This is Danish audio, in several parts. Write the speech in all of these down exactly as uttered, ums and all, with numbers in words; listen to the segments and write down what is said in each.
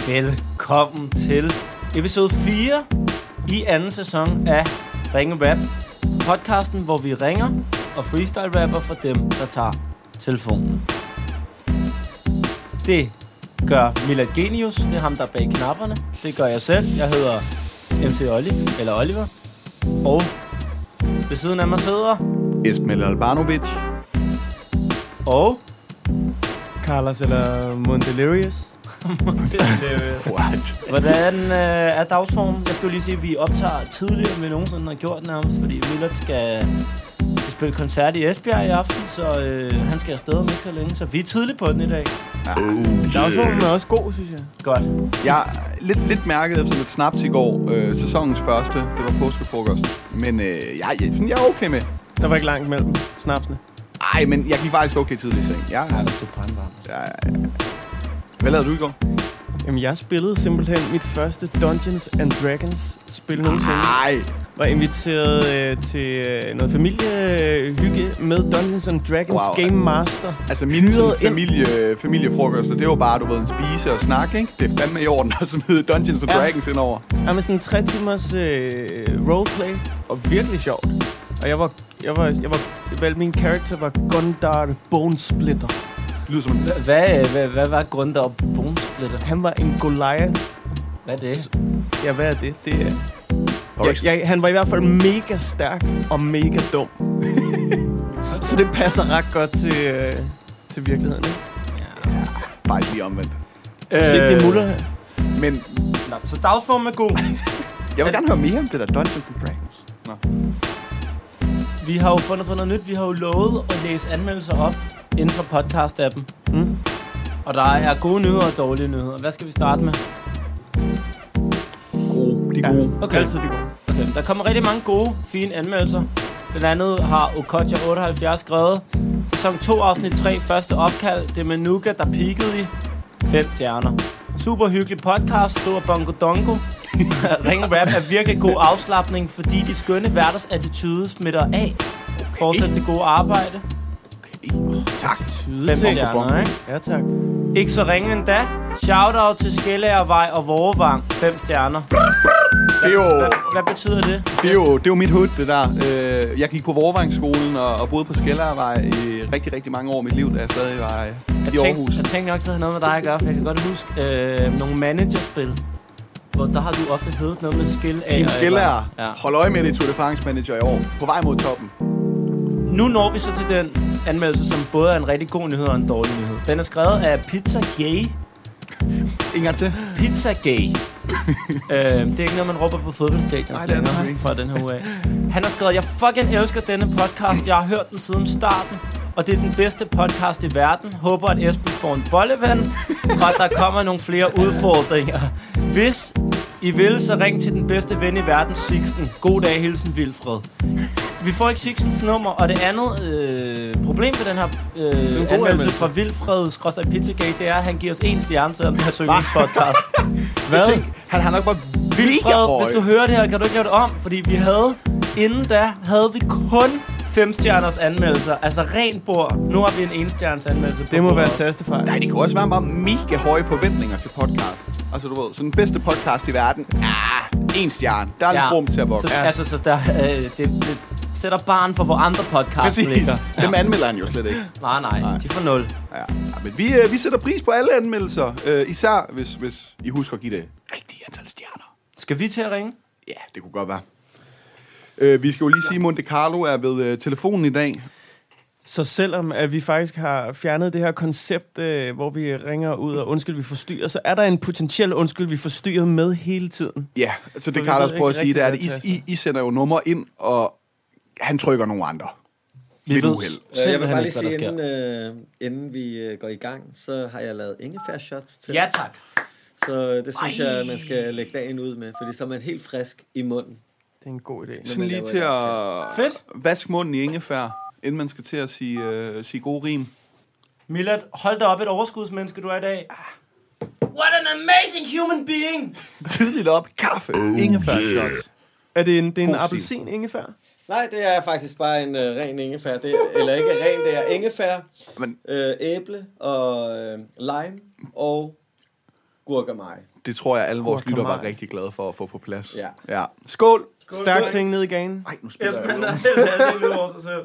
Velkommen til episode fire i anden sæson af Ringe Rap. Podcasten, hvor vi ringer og freestyle rapper for dem, der tager telefonen. Det gør Milad Genius, det er ham, der er bag knapperne. Det gør jeg selv. Jeg hedder M C Olli, eller Oliver. Og ved siden af mig sidder Esmail Albanovic. Og Carlos eller Mondelirius. What? Hvordan øh, er dagsformen? Jeg skal jo lige sige, at vi optager tidligere, end vi nogensinde har gjort nærmest, fordi Milad skal, skal spille koncert i Esbjerg i aften, så øh, han skal afsted om ikke så længe, så vi er tidligt på den i dag. Ja. Oh, dagsformen er også god, synes jeg. Godt. Jeg er lidt, lidt mærket efter lidt snaps i går. Øh, sæsonens første, det var påskefrokost. Men øh, jeg, jeg, sådan, jeg er okay med. Der var ikke langt mellem snapsene. Ej, men jeg gik faktisk okay tidligt i seng. Jeg, Ja, der stod brandvarmt. ja, ja. Hvad lavede du i går? Jamen, jeg spillede simpelthen mit første Dungeons and Dragons spil nogensinde. Nej. Var inviteret øh, til øh, noget familiehygge med Dungeons and Dragons Wow. Game Master. Altså mine sådan, Hyret ind. familie, familiefrokoster, det var bare, du ved, en spise og snak, ikke? Det er fandme i orden at smide Dungeons and Ja. Dragons indover. Jamen, sådan tre timers øh, roleplay, og virkelig sjovt. Og jeg var, jeg var, jeg var, vel, min karakter var Gondar Bonesplitter. Det lyder som en... Hvad, hvad, hvad var grunden der op Bonesplitter? Han var en Goliath. Hvad er det? Ja, hvad er det? Det er... Okay. Jeg, jeg, han var i hvert fald mega stærk og mega dum. så, så det passer ret godt til, øh, til virkeligheden, ikke? Ja. Faktisk lige omvendt. Øh, Se, det muller her. Men Nå, så dagsformen er god. jeg vil gerne høre mere om det der Dungeons and Dragons. Nå. Vi har jo fundet på noget nyt. Vi har jo lovet at læse anmeldelser op inden for podcast-appen. Mm. Og der er gode nyheder og dårlige nyheder. Hvad skal vi starte med? Gode. De er Ja. gode. Okay. Altid de gode. Okay, der kommer rigtig mange gode, fine anmeldelser. Blandt andet har Okocha otteoghalvfjerds skrevet sæson to afsnit tre første opkald. Det er med Nuka, der peakede i fem stjerner. Super hyggelig podcast, skriver Bongo Dongo. Ringe Rap er virkelig god afslapning, fordi de skønne værters attitude smitter af. Fortsæt det gode arbejde. Okay. Tak. Fem stjerner, ikke? Ja, tak. Ikke så ringe endda. Shoutout til Skellærvej og Vorevang. Fem stjerner. Det er jo... Hvad, hvad betyder det? Det er, jo, det er jo mit hood, det der. Øh, jeg gik på Vorvangsskolen og, og boede på Skellærvej i rigtig, rigtig mange år af mit liv, da jeg stadig var i Jeg Aarhus. tænkte, jeg tænkte nok, det havde noget med dig at gøre, for jeg kan godt huske øh, nogle managerspil, hvor der har du ofte heddet noget med skill af. Team Skellær. Ja. Hold øje med det, Tour de France Manager i år. På vej mod toppen. Nu når vi så til den anmeldelse, som både er en rigtig god nyhed og en dårlig nyhed. Den er skrevet af Pizza Gay. En gang til. Pizza Gay. øh, det er ikke noget, man råber på fodboldstadion. Nej, det er det længere ikke. fra den her uge af. Han har skrevet, jeg fucking elsker denne podcast. Jeg har hørt den siden starten. Og det er den bedste podcast i verden. Håber, at Esben får en bolleven. Og at der kommer nogle flere udfordringer. Hvis I vil, så ring til den bedste ven i verden, Sixten. God dag, hilsen Vilfred. Vi får ikke Sixtens nummer. Og det andet øh, problem ved den her øh, anmeldelse fra Vilfred Pizzagate, det er, at han giver os en stjerne til den her podcast. Hvad? Jeg tænkte, han har nok bare Vilfred, hvis du hører det her, kan du ikke lave det om? Fordi vi havde, inden da, havde vi kun fem stjerners anmeldelser. Altså rent bord. Nu har vi en en stjerners anmeldelse. Det må være en tastefejl. Nej, det kunne også være bare mega høje forventninger til podcast. Altså, du ved, så den bedste podcast i verden. Ah, en stjerne. Der er ja. lidt rum til at vokse. Så, altså, så der, øh, det, det sætter barn for, hvor andre podcasts Præcis. ligger. Dem anmelder han jo slet ikke. Nej, nej, Nej. de får nul. Ja. Ja, men vi, øh, vi sætter pris på alle anmeldelser. Øh, især hvis, hvis I husker at give det rigtige antal stjerner. Skal vi til at ringe? Ja, det kunne godt være. Øh, vi skal jo lige sige, at Monte Carlo er ved øh, telefonen i dag. Så selvom at vi faktisk har fjernet det her koncept, øh, hvor vi ringer ud og undskyld, vi forstyrrer, så er der en potentiel undskyld, vi forstyrrer med hele tiden. Ja, så det vi Carlos ved prøver at ikke sige, det er, at rigtig, I, hvad I, I sender jo nummer ind, og han trykker nogle andre. Vi Lidt ved uheld. Øh, Jeg vil bare lige ikke, hvad sige, der inden, øh, inden vi øh, går i gang, så har jeg lavet ingefær shots til. Ja, tak. Så det synes Ej. jeg, man skal lægge dagen ud med, fordi så er man helt frisk i munden. Det er en god idé. Sådan man lige laver til et at Fedt. vaske munden i ingefær, inden man skal til at sige, øh, sige gode rim. Milad, hold da op et overskudsmenneske, du er i dag. What an amazing human being! Tidligt op, kaffe, oh, ingefær Yeah. shots. Er det en, det er en God appelsin ingefær? Nej, det er faktisk bare en øh, ren ingefær. Det er, eller ikke ren, det er ingefær, Men, øh, æble og øh, lime og Gurkemeje. Det tror jeg, alle vores Gurkemeje. lyttere var rigtig glade for at få på plads. Ja. ja. Skål! Stærk ting ned i ganen. Ej, nu spiller Esben, han jeg er jo. helt helt ud over sig selv.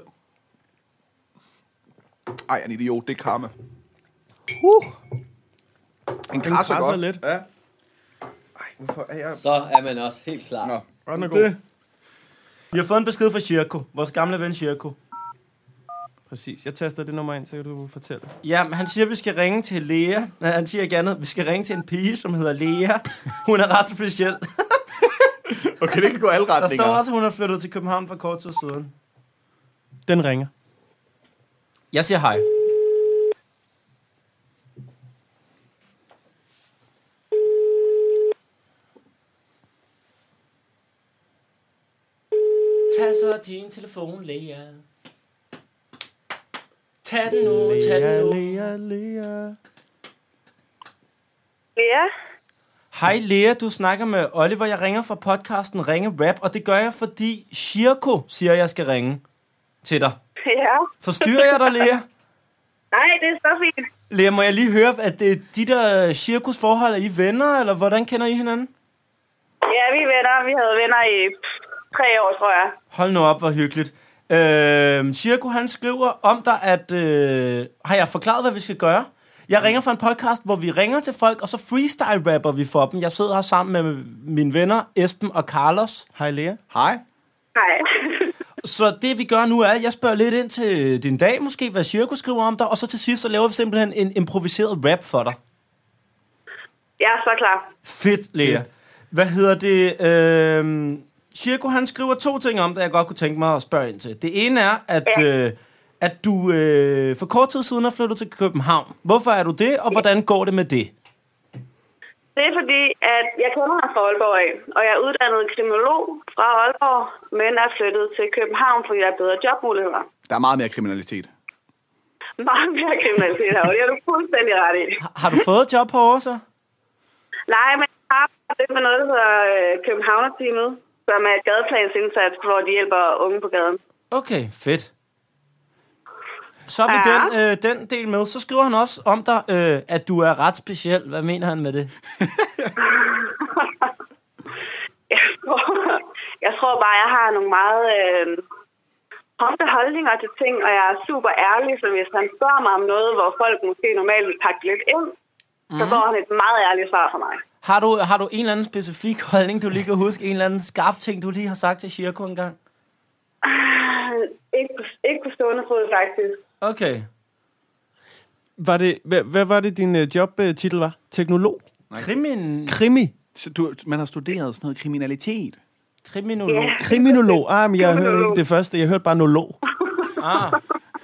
Ej, en idiot. Det er karma. Uh. En Den krasser krasser godt. lidt. Ja. Ej, hvorfor er jeg... Så er man også helt klar. Nå. Og den er Det. god. Vi har fået en besked fra Shirko, vores gamle ven Shirko. Præcis. Jeg taster det nummer ind, så kan du fortælle. Ja, men han siger, at vi skal ringe til Lea. Nej, han siger ikke andet. Vi skal ringe til en pige, som hedder Lea. Hun er ret speciel. Okay, det kan gå alle Der retninger. står også, at hun er flyttet til København for kort tid siden. Den ringer. Jeg siger hej. Tag så din telefon, Lea. Tag den nu, tag den nu. Lea, Lea. Ja, Hej Lea, du snakker med Oliver. Jeg ringer fra podcasten Ringe Rap, og det gør jeg, fordi Shirko siger, at jeg skal ringe til dig. ja. Forstyrrer jeg dig, Lea? Nej, det er så fint. Lea, må jeg lige høre, at det er de der Shirkos forhold, er I venner, eller hvordan kender I hinanden? Ja, vi er venner. Vi havde venner i pff, tre år, tror jeg. Hold nu op, hvor hyggeligt. Øh, Shirko, han skriver om dig, at... Øh, har jeg forklaret, hvad vi skal gøre? Jeg ringer fra en podcast, hvor vi ringer til folk, og så freestyle-rapper vi for dem. Jeg sidder her sammen med mine venner, Esben og Carlos. Hej, Lea. Hej. Hej. Så det vi gør nu er, at jeg spørger lidt ind til din dag, måske hvad Shirko skriver om dig, og så til sidst så laver vi simpelthen en improviseret rap for dig. Jeg er så klar. Fedt, Lea. Hvad hedder det? Øh, Shirko, han skriver to ting om det, jeg godt kunne tænke mig at spørge ind til. Det ene er, at, Ja. øh, at du øh, for kort tid siden er flyttet til København. Hvorfor er du det, og hvordan går det med det? Det er fordi, at jeg kender ham fra Aalborg af, og jeg er uddannet kriminolog fra Aalborg, men er flyttet til København, fordi der er bedre jobmuligheder. Der er meget mere kriminalitet. Meget mere kriminalitet herovre. Det er du fuldstændig ret i. Har, har du fået job herovre så? Nej, men jeg har det med noget, der hedder øh, Københavner-teamet, som er et gadeplansindsats, hvor de hjælper unge på gaden. Okay, fedt. Så er vi Ja. den, øh, den del med. Så skriver han også om dig, øh, at du er ret speciel. Hvad mener han med det? Jeg tror, jeg tror bare, jeg har nogle meget øh, prompte holdninger til ting, og jeg er super ærlig, så hvis han spørger mig om noget, hvor folk måske normalt vil pakke lidt ind, mm. så får han et meget ærligt svar for mig. Har du, har du en eller anden specifik holdning, du lige kan huske? En eller anden skarp ting, du lige har sagt til Shirko engang? Uh, ikke, på, ikke på stående fod, faktisk. Okay. Var det, hvad, hvad var det, din uh, jobtitel var? Teknolog? Krimin... Krimi? Så du, man har studeret sådan noget kriminalitet. Kriminolog. Ja. Kriminolog? Ah, men jeg hørte ikke det første. Jeg hørte bare nolog. Ah.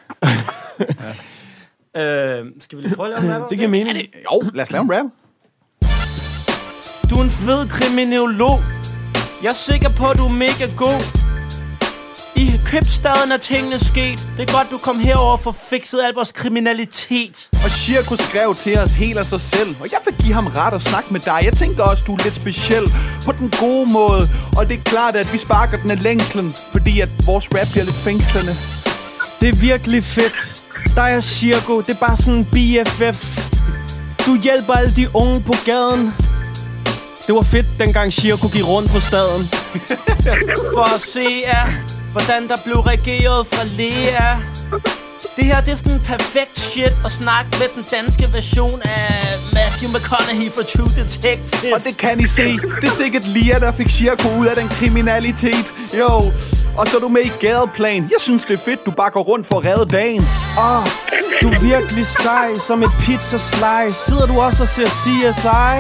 øh, skal vi lige prøve at lave en rap? Det giver mening. Jo, lad os lave en rap. Du er en fed kriminolog. Jeg er sikker på, at du er mega god. I købstaden er tingene sket. Det er godt, du kom herover for fikset al vores kriminalitet. Og Shirko skrev til os helt af sig selv, og jeg vil give ham ret og snakke med dig. Jeg tænker også, du er lidt speciel på den gode måde. Og det er klart, at vi sparker den af længslen, fordi at vores rap bliver lidt fængslende. Det er virkelig fedt. Dig og Shirko, det er bare sådan en B F F. Du hjælper alle de unge på gaden. Det var fedt, dengang Shirko gik rundt på staden. For at se, ja, hvordan der blev reageret fra Lea. Det her, det er sådan perfekt shit at snakke med den danske version af Matthew McConaughey fra True Detective. Og det kan I se. Det er sikkert Lia, der fik Shirko ud af den kriminalitet. Jo, og så er du med i Gadeplan. Jeg synes, det er fedt, du bare går rundt for at redde dagen. Åh, oh, du er virkelig sej som et pizzaslice. Sidder du også og ser C S I?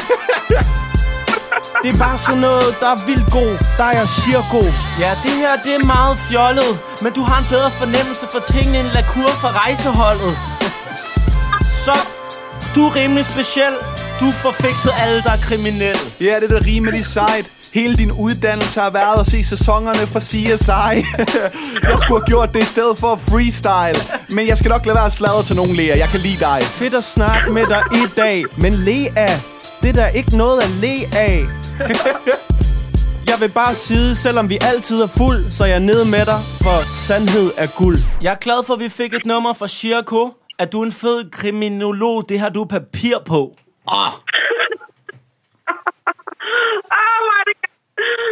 Det er bare sådan noget, der er vildt god. Dig og Shirko. Ja, det her, det er meget fjollet, men du har en bedre fornemmelse for tingene end Lacour fra rejseholdet. Så du er rimelig speciel. Du får fikset alle, der er kriminelle. Ja, det er da rimelig sejt. Hele din uddannelse har været at se sæsonerne fra C S I. Jeg skulle have gjort det i stedet for freestyle. Men jeg skal nok lade være at sladre til nogen, Lea. Jeg kan lide dig. Fedt at snakke med dig i dag. Men Lea, det er der ikke noget at le af. Jeg vil bare sige, selvom vi altid er fuld, så er jeg nede med dig, for sandhed er guld. Jeg er glad for, at vi fik et nummer fra Shirko. At du er en fed kriminolog, det har du papir på. Åh,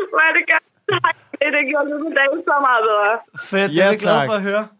Hvor er det godt. Tak. Det gjorde min dag så meget bedre. Fedt, det Ja, er jeg glad tak. for at høre.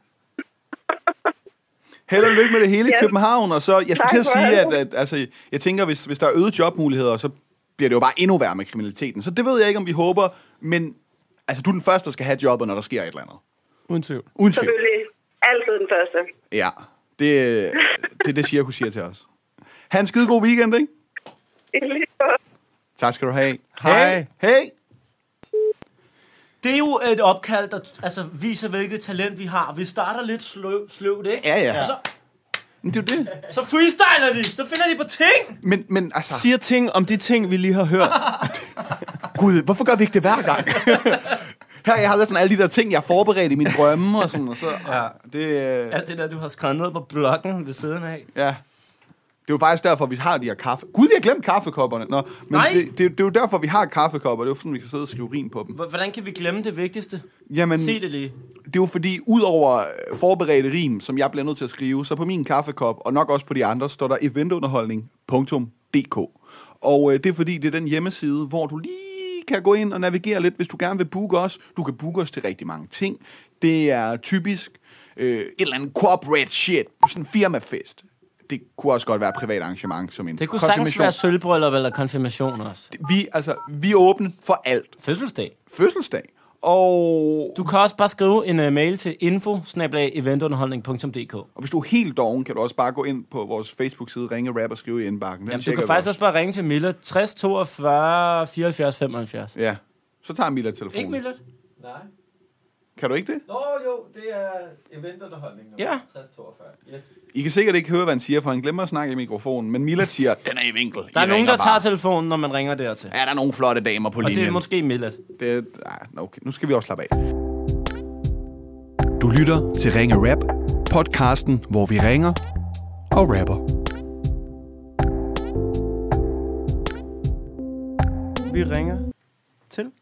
Held og lykke med det hele i Ja. København, og så, jeg skulle Tak til at for sige, det. at, at altså, jeg tænker, hvis, hvis der er øget jobmuligheder, så bliver det jo bare endnu værre med kriminaliteten. Så det ved jeg ikke, om vi håber, men altså, du er den første, der skal have jobbet, når der sker et eller andet. Uden tvivl. Uden tvivl. Selvfølgelig. Altid den første. Ja, det, det er det, Cirkus siger til os. Ha' en skide god weekend, ikke? I lige måde. Tak skal du have. Hej. Hey! Det er jo et opkald, der altså, viser, hvilket talent vi har. Vi starter lidt sløv, sløvt, ikke? Ja, ja. Og så, Men det er jo det. så freestyler de. Så finder de på ting. Men, men altså... Siger ting om de ting, vi lige har hørt. Gud, hvorfor gør vi ikke det hver gang? Her jeg har lavet sådan alle de der ting, jeg har forberedt i mine drømme og sådan, og så... Ja. Det, øh, Alt det der, du har skrevet ned på bloggen ved siden af. ja. Det er jo faktisk derfor, vi har de her kaffe... Gud, vi har glemt kaffekopperne. Nå, men Nej. det, det, det, er jo derfor, vi har kaffekopper. Det er jo sådan, vi kan sidde og skrive rim på dem. Hvordan kan vi glemme det vigtigste? Jamen, Sig det lige. det er jo fordi, ud over forberedte rim, som jeg bliver nødt til at skrive, så på min kaffekop, og nok også på de andre, står der eventunderholdning punktum d k. Og øh, det er fordi, det er den hjemmeside, hvor du lige kan gå ind og navigere lidt, hvis du gerne vil booke os. Du kan booke os til rigtig mange ting. Det er typisk øh, et eller andet corporate shit, sådan en firmafest. Det kunne også godt være et privat arrangement, som en Det kunne sagtens konfirmation. være sølvbryllup eller konfirmation også. Vi, altså, vi er åbne for alt. Fødselsdag. Fødselsdag. Og, Du kan også bare skrive en uh, mail til info snabel-a eventunderholdning punktum d k. og hvis du er helt doven, kan du også bare gå ind på vores Facebook-side, ringe rap og skrive i indbakken. Den Jamen, du tjekker kan vi faktisk også bare ringe til Mille tres toogfyrre fireoghalvfjerds femoghalvfjerds. Ja, så tager Mila telefonen. Ikke Mille? Nej. Kan du ikke det? Nå jo, det er eventunderholdning. Ja. tres toogfyrre. Yes. I kan sikkert ikke høre, hvad han siger, for han glemmer at snakke i mikrofonen. Men Mila siger, den er i vinkel. Der er I nogen, ringer der tager bare. telefonen, når man ringer dertil. Ja, der er nogle flotte damer på Og linjen. det er måske Mille. Det er, nej, okay, nu skal vi også slappe af. Du lytter til Ringe Rap, podcasten, hvor vi ringer og rapper. Vi ringer til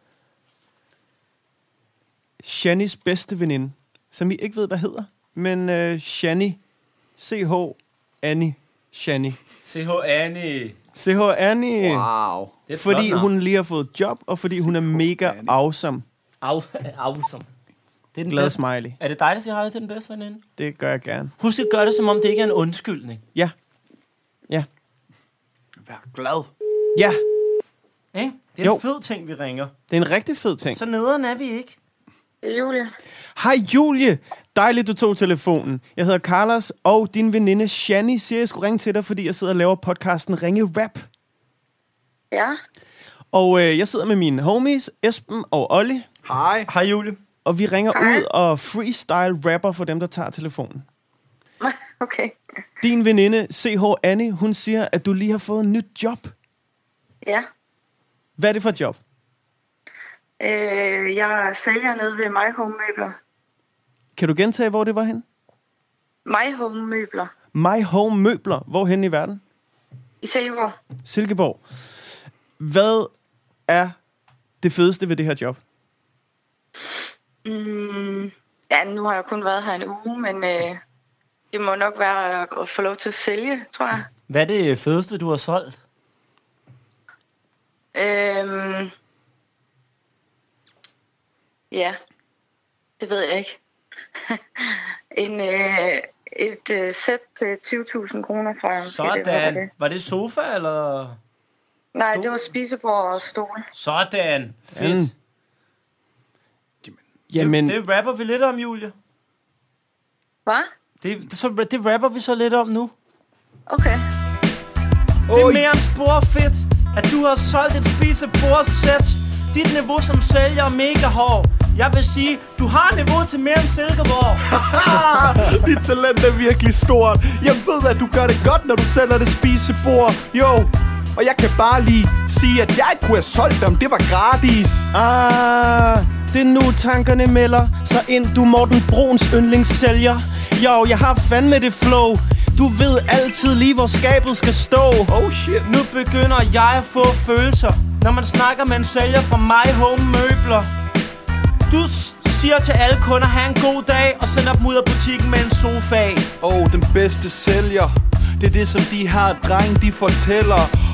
Shannys bedste veninde, som I ikke ved, hvad hedder. Men uh, Shanny. C H. Annie. Shanny. C H. Annie. C H. Annie. Wow. Det er et Fordi flot navn. hun lige har fået job, og fordi hun er mega Annie. awesome. Af, awesome. Det er den Glad bedste. smiley. Er det dig, der siger hej til den bedste veninde? Det gør jeg gerne. Husk at gøre det, som om det ikke er en undskyldning. Ja. Ja. Vær glad. Ja. Ikke? Det er Jo. en fed ting, vi ringer. Det er en rigtig fed ting. Så nederen er vi ikke. Julie. Hej Julie. Dejligt, du tog telefonen. Jeg hedder Carlos, og din veninde Shanny siger, jeg skulle ringe til dig, fordi jeg sidder og laver podcasten Ringe Rap. Ja. Og øh, jeg sidder med mine homies, Esben og Olli, Hej. Hej Julie. og vi ringer Hej. ud og freestyle rapper for dem, der tager telefonen. Okay. Din veninde C H. Annie, hun siger, at du lige har fået et nyt job. Ja. Hvad er det for et job? Øh, jeg sælger nede ved My Home Møbler. Kan du gentage, hvor det var hen? My Home Møbler. My Home Møbler. Hvorhen i verden? I Silkeborg. Silkeborg. Hvad er det fedeste ved det her job? Mm, ja, nu har jeg kun været her en uge, men øh, det må nok være at få lov til at sælge, tror jeg. Hvad er det fedeste, du har solgt? Øhm, ja, det ved jeg ikke. en, øh, et øh, sæt til tyve tusind kroner, tror jeg. måske, det var Sådan. det. Var det sofa, eller? Nej, det var spisebord og stol. Sådan. Fedt. Mm. Jamen, Det, det rapper vi lidt om, Julie. Hvad? Det, det, så, det rapper vi så lidt om nu. Okay. Det er mere end sporfedt, at du har solgt et spisebordsæt. Dit niveau som sælger er mega hård. Jeg vil sige, du har niveau til mere end Silkeborg. Dit talent er virkelig stort. Jeg ved, at du gør det godt, når du sælger det spisebord. Jo, og jeg kan bare lige sige, at jeg ikke kunne have solgt dem. Det var gratis. ah, det er nu tankerne melder. Så ind du Morten Bruns yndlingssælger. Jo, jeg har fandme det flow. Du ved altid lige, hvor skabet skal stå. Oh shit. Nu begynder jeg at få følelser, når man snakker med en sælger fra My Home Møbler. Du s- siger til alle kunder, have en god dag, og sender dem ud af butikken med en sofa. Åh, oh, den bedste sælger. Det er det, som de her drenge, de fortæller.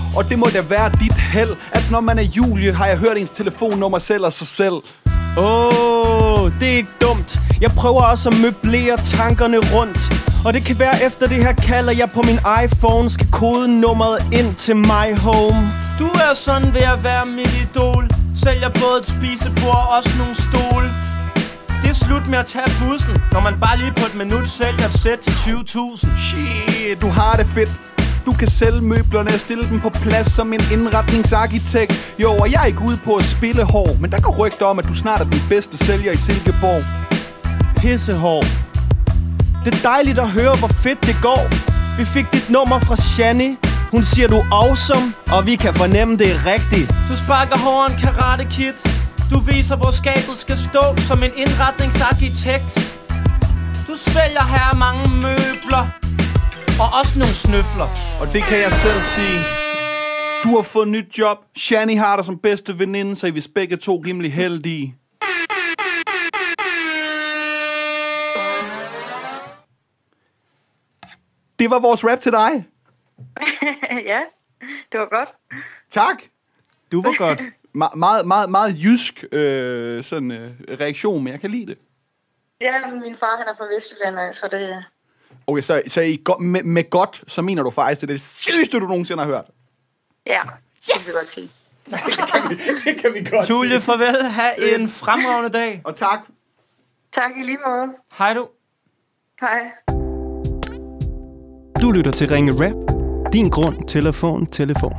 Og det må da være dit held, at når man er Julie, har jeg hørt ens telefonnummer selv og sig selv. Åh, oh, det er ikke dumt. Jeg prøver også at møblere tankerne rundt. Og det kan være efter det her kalder jeg på min iPhone skal kode nummeret ind til my home. Du er sådan ved at være mit idol. Sælger både et spisebord og også nogle stole. Det er slut med at tage bussen, når man bare lige på et minut sælger et sæt til tyve tusind. Shit, du har det fedt. Du kan sælge møblerne og stille dem på plads som en indretningsarkitekt. Jo, og jeg er ikke ude på at spille hår, men der går rygter om, at du snart er den bedste sælger i Silkeborg. Pissehår. Det er dejligt at høre, hvor fedt det går. Vi fik dit nummer fra Shani. Hun siger, du er awesome, og vi kan fornemme, det er rigtigt. Du sparker hårdere en karate kid. Du viser, hvor skabet skal stå som en indretningsarkitekt. Du sælger her mange møbler. Og også nogle snøfler. Og det kan jeg selv sige. Du har fået nyt job. Shani har dig som bedste veninde, så I er begge to rimelig heldige. Det var vores rap til dig. Ja, det var godt. Tak. Du var godt. Me- meget, meget, meget jysk øh, sådan, øh, reaktion, men jeg kan lide det. Ja, min far han er fra Vestjylland, så det... Okay, så, så I go- med, med godt, så mener du faktisk, det er det sygeste, du nogensinde har hørt? Ja, yes! Det kan vi godt sige. det, kan vi, det kan vi godt Julie, sige. farvel. Ha' en fremragende dag. Og tak. Tak i lige måde. Hej du. Hej. Du lytter til Ringe Rap. Din grund, telefon, telefon.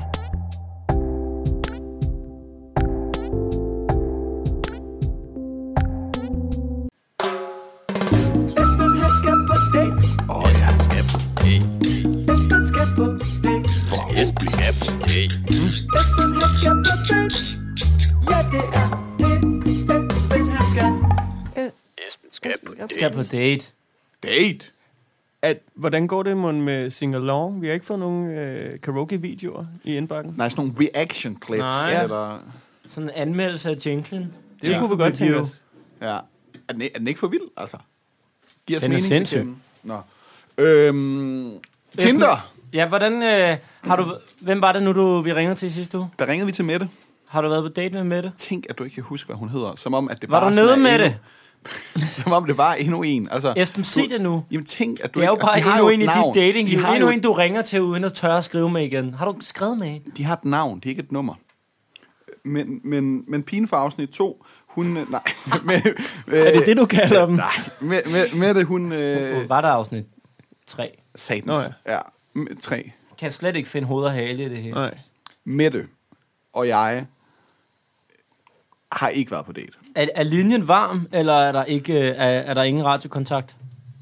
Skal på date. Date? At, hvordan går det med sing-along? Vi har ikke fået nogen øh, karaoke-videoer i indbakken. Nej, sådan nogle reaction clips. Nej. Eller... Sådan en anmeldelse af jinglen. Det ja. kunne vi godt tænke os. Ja. Er den, er den ikke for vild, altså? Giver os Den er mening til sindssyg. kende. Nå. Øhm, Tinder. Ja, hvordan øh, har du... Hvem var det nu, du, vi ringede til sidste uge? Der ringede vi til Mette. Har du været på date med Mette? Tænk, at du ikke kan huske, hvad hun hedder. Som om, at det Var bare du sådan nede er med endnu, det? Som om det var endnu en. Altså, Esben, sig du- det nu. Jamen tænk, at du Det er jo ikke... bare altså, de har endnu jo en et i navn. dit dating. De Det er har jo endnu jo- en, du ringer til uden at tørre at skrive med igen. Har du skrevet med en? De har et navn, det er ikke et nummer. Men, men, men pigen fra afsnit to, hun... Nej. med, Er det det, du kalder dem? Nej. Med, med, med det, hun... Øh, Øh, var der afsnit tre? satans. Nå ja. ja. med- Tre. Kan slet ikke finde hoved og hale i det hele. Nej. Mette og jeg har ikke været på date. Er, er linjen varm, eller er der, ikke, øh, er, er der ingen radiokontakt?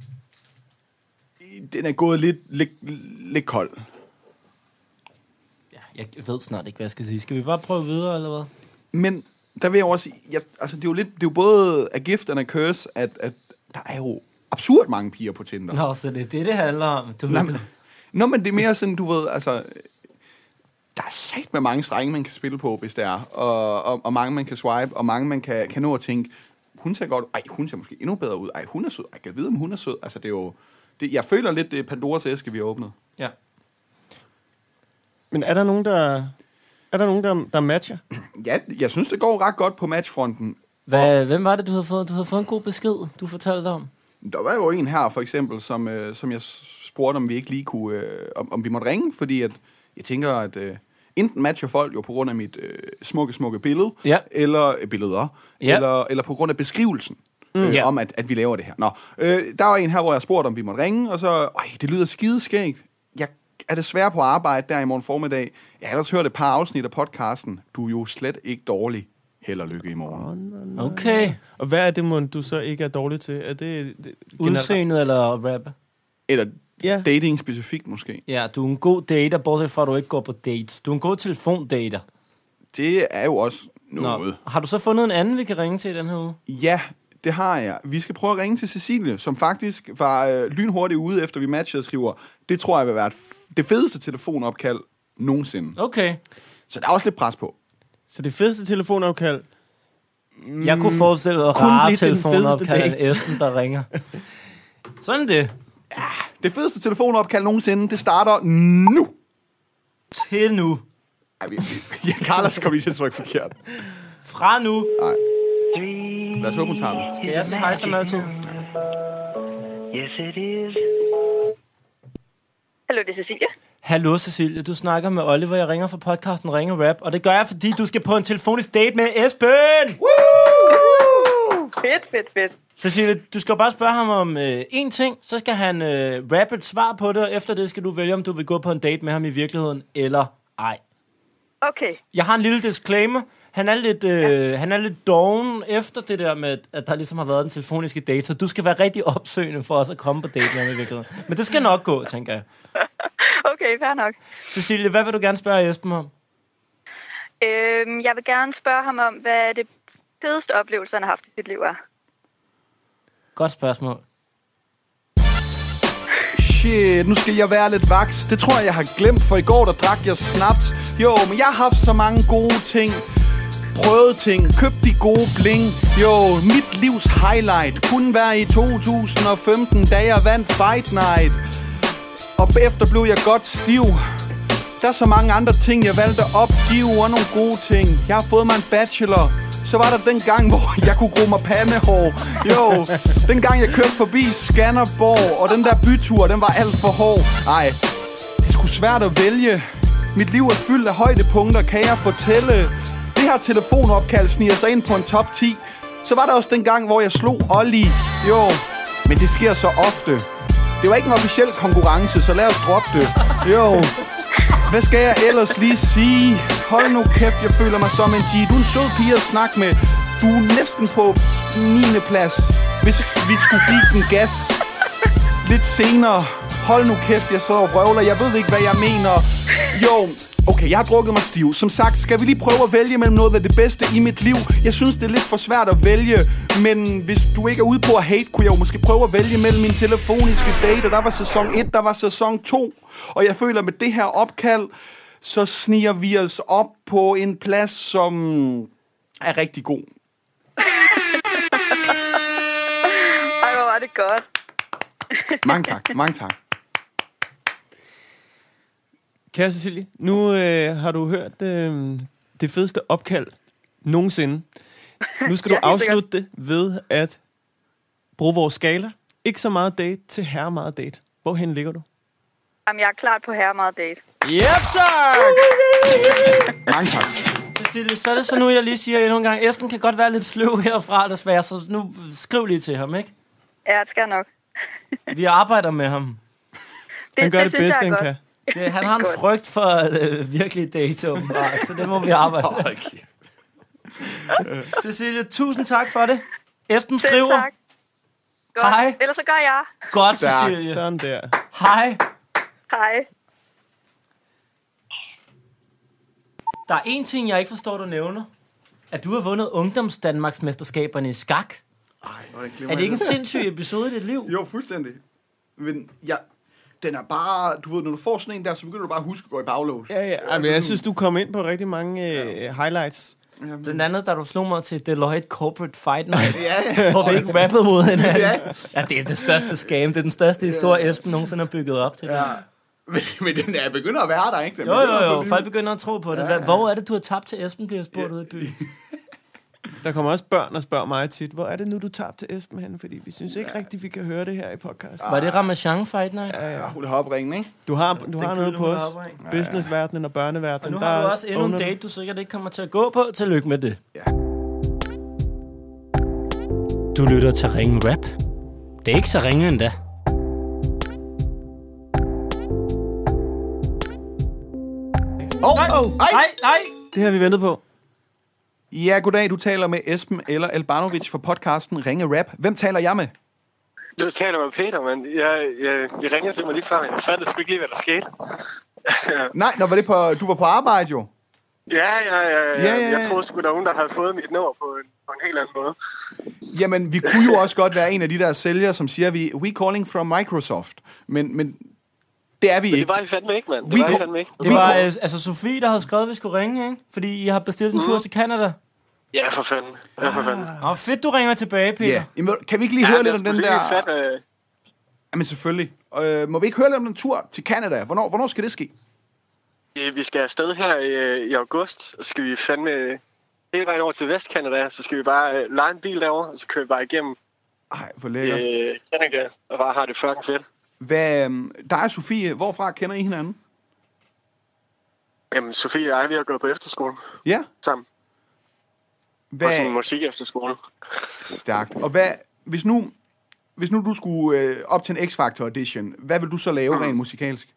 Den er gået lidt, lidt, lidt kold. Ja, jeg ved snart ikke, hvad jeg skal sige. Skal vi bare prøve videre, eller hvad? Men der vil jeg også sige, jeg, altså det er jo lidt, det er jo både a gift and a curse, at, at der er jo absurd mange piger på Tinder. Nå, så det er det, det handler om. Du Nå, ved, men, nå, men det er mere sådan, du ved, altså... Der er sat med mange strenge, man kan spille på, hvis det er. Og, og, og mange, man kan swipe, og mange, man kan, kan nå at tænke, hun ser godt ud. Ej, hun ser måske endnu bedre ud. Ej, hun er sød. Ej, kan jeg vide, om hun er sød? Altså, det er jo... Det, jeg føler lidt, det er Pandoras æske, vi har åbnet. ja. Men er der nogen, der, er der, nogen, der, der matcher? Ja, jeg synes, det går ret godt på matchfronten. Hvad, hvem var det, du havde fået? Du havde fået en god besked, du fortalte om. Der var jo en her, for eksempel, som, øh, som jeg spurgte, om vi ikke lige kunne... Øh, om, om vi måtte ringe, fordi at, jeg tænker, at... Øh, enten matcher folk jo på grund af mit øh, smukke, smukke billede, Ja. eller øh, billeder, Ja. eller, eller på grund af beskrivelsen Mm. øh, Ja. om, at, at vi laver det her. Nå, øh, der var en her, hvor jeg spurgte, om vi måtte ringe, og så, øj, det lyder skideskægt. Jeg er desværre på arbejde der i morgen formiddag. Jeg har ellers hørt et par afsnit af podcasten. Du er jo slet ikke dårlig. Held og lykke i morgen. Okay. Og hvad er det, må du så ikke er dårlig til? Er det, det Udseendet eller rap? Eller Ja. dating specifikt måske. Ja, du er en god dater, bortset fra, at du ikke går på dates. Du er en god telefondater. Det er jo også noget. Nå. Har du så fundet en anden, vi kan ringe til i den her uge? Ja, det har jeg. Vi skal prøve at ringe til Cecilie, som faktisk var øh, lynhurtigt ude, efter vi matchede og skriver, det tror jeg vil være et f- det fedeste telefonopkald nogensinde. Okay. Så der er også lidt pres på. Så det fedeste telefonopkald... Mm, jeg kunne forestille mig Kun rare blive til den fedeste telefonopkald af date. Esben, der ringer. Sådan det. Det fedeste telefonopkald nogensinde, det starter nu. Til nu. Ej, vi, vi, ja, Carlos kom lige til at trykke forkert. Fra nu. Nej. Lad os håbe, hun tager den. Skal jeg sige hej som altid? Hallo, det er Cecilie. Hallo Cecilie, du snakker med Oliver. Jeg ringer fra podcasten Ringe Rap. Og det gør jeg, fordi du skal på en telefonisk date med Esben. Woo! Fedt, fedt, fedt. Cecilie, du skal bare spørge ham om øh, én ting. Så skal han øh, rappe et svar på det. Og efter det skal du vælge, om du vil gå på en date med ham i virkeligheden eller ej. Okay. Jeg har en lille disclaimer. Han er lidt, øh, ja. han er lidt doven efter det der med, at der ligesom har været en telefoniske date. Så du skal være rigtig opsøgende for os at komme på date med ham i virkeligheden. Men det skal nok gå, tænker jeg. Okay, fair nok. Cecilie, hvad vil du gerne spørge Esben om? Øhm, jeg vil gerne spørge ham om, hvad det fedeste oplevelse, han har haft i sit liv er. Godt spørgsmål. Shit, nu skal jeg være lidt vaks. Det tror jeg, jeg har glemt, for i går der drak jeg snaps. Jo, men jeg har haft så mange gode ting. Prøvet ting, købt de gode bling. Jo, mit livs highlight kunne være i to tusind og femten, da jeg vandt Fight Night. Og bagefter blev jeg godt stiv. Der er så mange andre ting, jeg valgte at opgive, og nogle gode ting. Jeg har fået mig en bachelor. Så var der den gang, hvor jeg kunne gro mig pandehår. Jo, den gang jeg kørte forbi Skanderborg, og den der bytur, den var alt for hård. Ej, det er sgu svært at vælge. Mit liv er fyldt af højdepunkter, kan jeg fortælle. Det her telefonopkald sniger sig ind på en top ti. Så var der også den gang, hvor jeg slog Olli. Jo, men det sker så ofte. Det var ikke en officiel konkurrence, så lad os droppe det. Jo, hvad skal jeg ellers lige sige? Hold nu kæft, jeg føler mig som en G. Du er en sød pige at snakke med. Du er næsten på niende plads, hvis vi skulle give den gas lidt senere. Hold nu kæft, jeg så og vrøvler. Jeg ved ikke, hvad jeg mener. Jo, okay, jeg har drukket mig stiv. Som sagt, skal vi lige prøve at vælge mellem noget af det bedste i mit liv? Jeg synes, det er lidt for svært at vælge. Men hvis du ikke er ude på at hate, kunne jeg jo måske prøve at vælge mellem min telefoniske date. Og der var sæson et, der var sæson to. Og jeg føler, med det her opkald, så sniger vi os op på en plads, som er rigtig god. Ej, hvor var det godt. Mange tak, mange tak. Kære Cecilie, nu øh, har du hørt øh, det fedeste opkald nogensinde. Nu skal du ja, afslutte det ved at bruge vores skala. Ikke så meget date til herre meget date. Hvorhen ligger du? Jamen, jeg er klar på herre meget date. Ja, tak! Mange tak. Cecilie, så er det så nu, jeg lige siger endnu en gang. Esben kan godt være lidt sløv herfra, desværre, så nu skriv lige til ham, ikke? Ja, det skal jeg nok. Vi arbejder med ham. Det, han gør det, det bedste, han kan. Det, han har en frygt for øh, virkelig date, åbenbart, så det må vi arbejde med. Okay. Cecilie, tusind tak for det. Esben skriver. Tak. Godt. Hej. Ellers så gør jeg. Godt, Cecilie. Sådan der. Hej. Hej. Der er en ting, jeg ikke forstår, du nævner. At du har vundet ungdomsdanmarksmesterskaberne i skak. Ej, er det ikke en sindssyg episode i dit liv? Jo, fuldstændig. Men ja, den er bare, du ved, når du får sådan en der, så begynder du bare at huske at gå i baglås. Ja, ja. Ej, men jeg synes, du kom ind på rigtig mange øh, highlights. Jamen. Blandt andet, da du slog mig til Deloitte Corporate Fight Night, ja, ja. hvor vi ikke rappede mod hinanden. Ja. Ja, det er det største scam. Det er den største historie, Esben nogensinde har bygget op til. Ja. Men, men den er begynder at være der, ikke? Den jo, jo, jo. Folk begynder at tro på det. Ja. Hvor er det, du har tabt til Esben, bliver spurgt ja. Ude i byen? Der kommer også børn og spørger mig tit, hvor er det nu, du tabte til Esben hen? Fordi vi synes ikke ja. rigtigt, vi kan høre det her i podcast. Ah. Var det Ramachan Fight Night? Ja, ja. Hun har opringen, ikke? Du har, du har noget på os. Businessverdenen og børneverdenen. Og nu har du også endnu en date, du sikkert ikke kommer til at gå på. Tillykke med det. Ja. Du lytter til Ringe Rap. Det er ikke så ringe endda. Åh, oh, oh, nej, nej. Det har vi ventet på. Ja, goddag. Du taler med Esben eller Albanovic fra podcasten Ringe Rap. Hvem taler jeg med? Du taler med Peter, men jeg, jeg, jeg ringede til mig lige før, men jeg fattede sgu ikke lige, hvad der skete. Nej, når var det på, du var på arbejde jo. Ja, ja, ja, ja. ja, ja, ja. Jeg troede sgu, der var nogen, der havde fået mit nummer på en, på en helt anden måde. Jamen, vi kunne jo også godt være en af de der sælgere, som siger, vi we calling from Microsoft. Men, men det er vi men ikke. det var I fandme ikke, mand. Det we var I fandme ikke. Det var altså Sofie, der havde skrevet, at vi skulle ringe, ikke? Fordi I har bestilt en tur mm. til Canada. Ja, for fanden. Ja, for fanden. Åh, fedt, du ringer tilbage, Peter. Yeah. Jamen, kan vi ikke lige ja, høre lidt om den der... Fat, øh... Jamen, selvfølgelig. Øh, må vi ikke høre lidt om den tur til Canada? Hvornår, hvornår skal det ske? vi, vi skal afsted her i, i august, og så skal vi fandme hele vejen over til Vestcanada, så skal vi bare uh, lege en bil derovre, og så kører vi bare igennem Ej, hvor lækkert. øh, Canada, og bare har det fucking fedt. Hvad, øhm, dig og Sofie, hvorfra kender I hinanden? Jamen, Sofie og jeg, vi har gået på efterskole Ja. sammen. På sådan en musik efterskole. Stærkt. Og hvad, hvis nu, hvis nu du skulle øh, op til en X-Factor audition, hvad vil du så lave mm. rent musikalsk?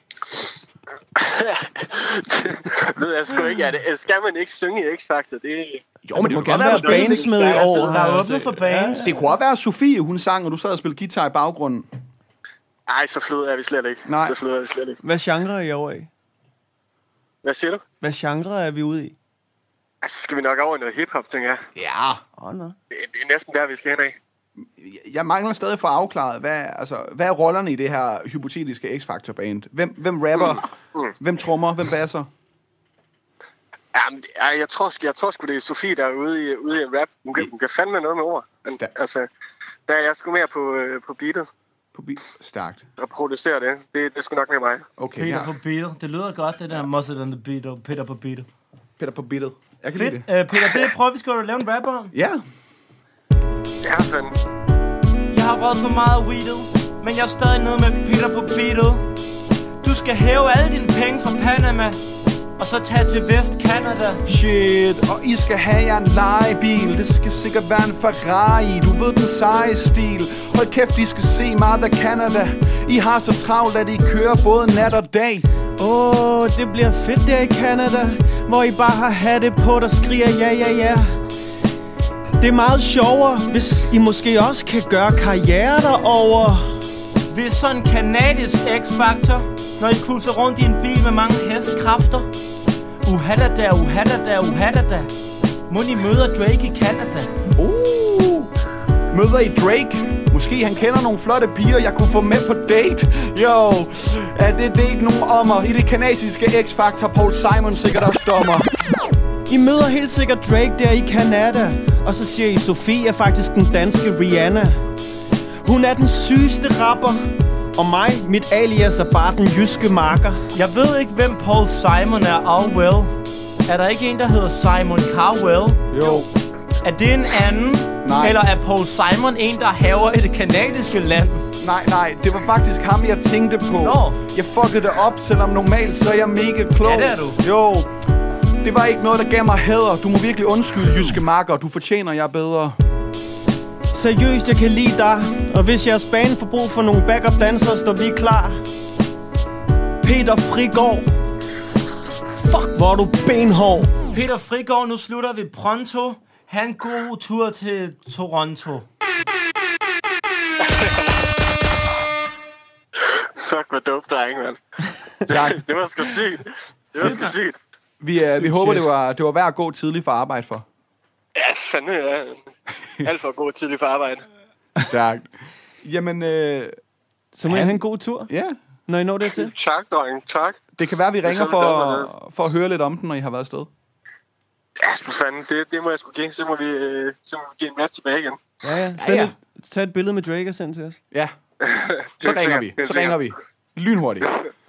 Ved jeg sgu ikke, er det, skal man ikke synge i X-Factor? Det Jo, men det må kunne gerne godt være være, bandsmed i år. Der er åbnet for bands. det kunne også være Sofie, hun sang, og du sad og spillede guitar i baggrunden. Ej, så flød er vi slet ikke. Nej. Så flød er vi slet ikke. Hvad genre er I over i? Hvad siger du? Hvad genre er vi ude i? Altså, skal vi nok over i noget hiphop, tænker jeg. Ja. Åh, oh, no. Det, det er næsten der, vi skal hen af. Jeg mangler stadig for afklaret, hvad, altså, hvad er rollerne i det her hypotetiske X-Factor-band? Hvem, hvem rapper? Mm. Mm. Hvem trommer? Hvem basser? Jamen, jeg, jeg tror, jeg tror sgu, det er Sofie, der er ude i, ude i rap. Hun kan, hun kan fandme noget med ord. Men, altså, der er jeg sgu mere på, øh, på beatet. På beat? Stærkt. Og producere det. Det, det er sgu nok mere mig. Okay, Peter ja. på beatet. Det lyder godt, det der Muscle and the Beat. Peter på beatet. Peter på beatet. Jeg kan Fedt. lide det. Uh, Peter, det prøver vi sgu at lave en rap om. Ja. Ja, fandme. Jeg har råd for meget weedet, men jeg er stadig nede med Peter på beatet. Du skal hæve alle dine penge fra Panama, og så tage til Vest-Canada. Shit, og I skal have jer en lejebil. Det skal sikkert være en Ferrari. Du ved den seje stil. Hold kæft, I skal se meget af Canada. I har så travlt, at I kører både nat og dag. Åh, oh, det bliver fedt der i Canada, hvor I bare har hatte på, der skriger ja, ja, ja. Det er meget sjovere, hvis I måske også kan gøre karriere derovre. Vi er sådan en kanadisk X-Factor, når I kurser rundt i en bil med mange hestekræfter. Uhadada, uhadada, uhadada. Må I møder Drake i Canada. Uh, møder I Drake? Måske han kender nogle flotte piger, jeg kunne få med på date. Jo, er det, det er ikke nogen ommer. I det kanadiske X-Factor, Paul Simon sikkert også dommer. I møder helt sikkert Drake der i Canada, og så siger I, Sofie er faktisk den danske Rihanna. Hun er den sygeste rapper, og mig, mit alias er bare den jyske marker. Jeg ved ikke, hvem Paul Simon er, oh well. Er der ikke en, der hedder Simon Cowell? Jo. Er det en anden? Nej. Eller er Paul Simon en, der haver i det kanadiske land? Nej, nej, det var faktisk ham, jeg tænkte på. Nå. Jeg fuckede det op, selvom normalt så er jeg mega klog. Ja, det er du. Jo, det var ikke noget, der gav mig hæder. Du må virkelig undskylde, jyske marker. Du fortjener jeg bedre. Seriøst, jeg kan lide dig, og hvis jeres bane får brug for nogle backup dansere, står vi klar. Peter Frigård. Fuck, hvor er du benhård. Peter Frigård, nu slutter vi pronto. Ha' en god tur til Toronto. Fuck, hvor dope dreng, mand. Tak. Det var sgu sygt. Det var sgu sygt. Vi, uh, vi håber, det var, det var værd at gå tidligt for arbejde for. Ja, fandme, ja. Alt for god tidlig for arbejde. Stærkt. Jamen, øh, Så må jeg have en god tur, ja. når I når det til. Tak, dreng. Tak. Det kan være, vi ringer så for, vi for at høre lidt om den, når I har været afsted. Ja, for fanden. Det, det må jeg sgu give. Så må vi, øh, så må vi give en rap tilbage igen. Ja, ja. Send Ja, ja. Et, tag et billede med Drake og send til os. Ja. Så Helt ringer sikkert. vi. Helt Så ringer vi. Lynhurtigt.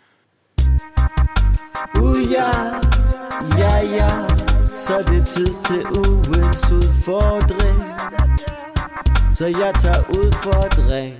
Uh, ja, ja, ja, så er det tid til ugens udfordring. Så jeg tager udfordring.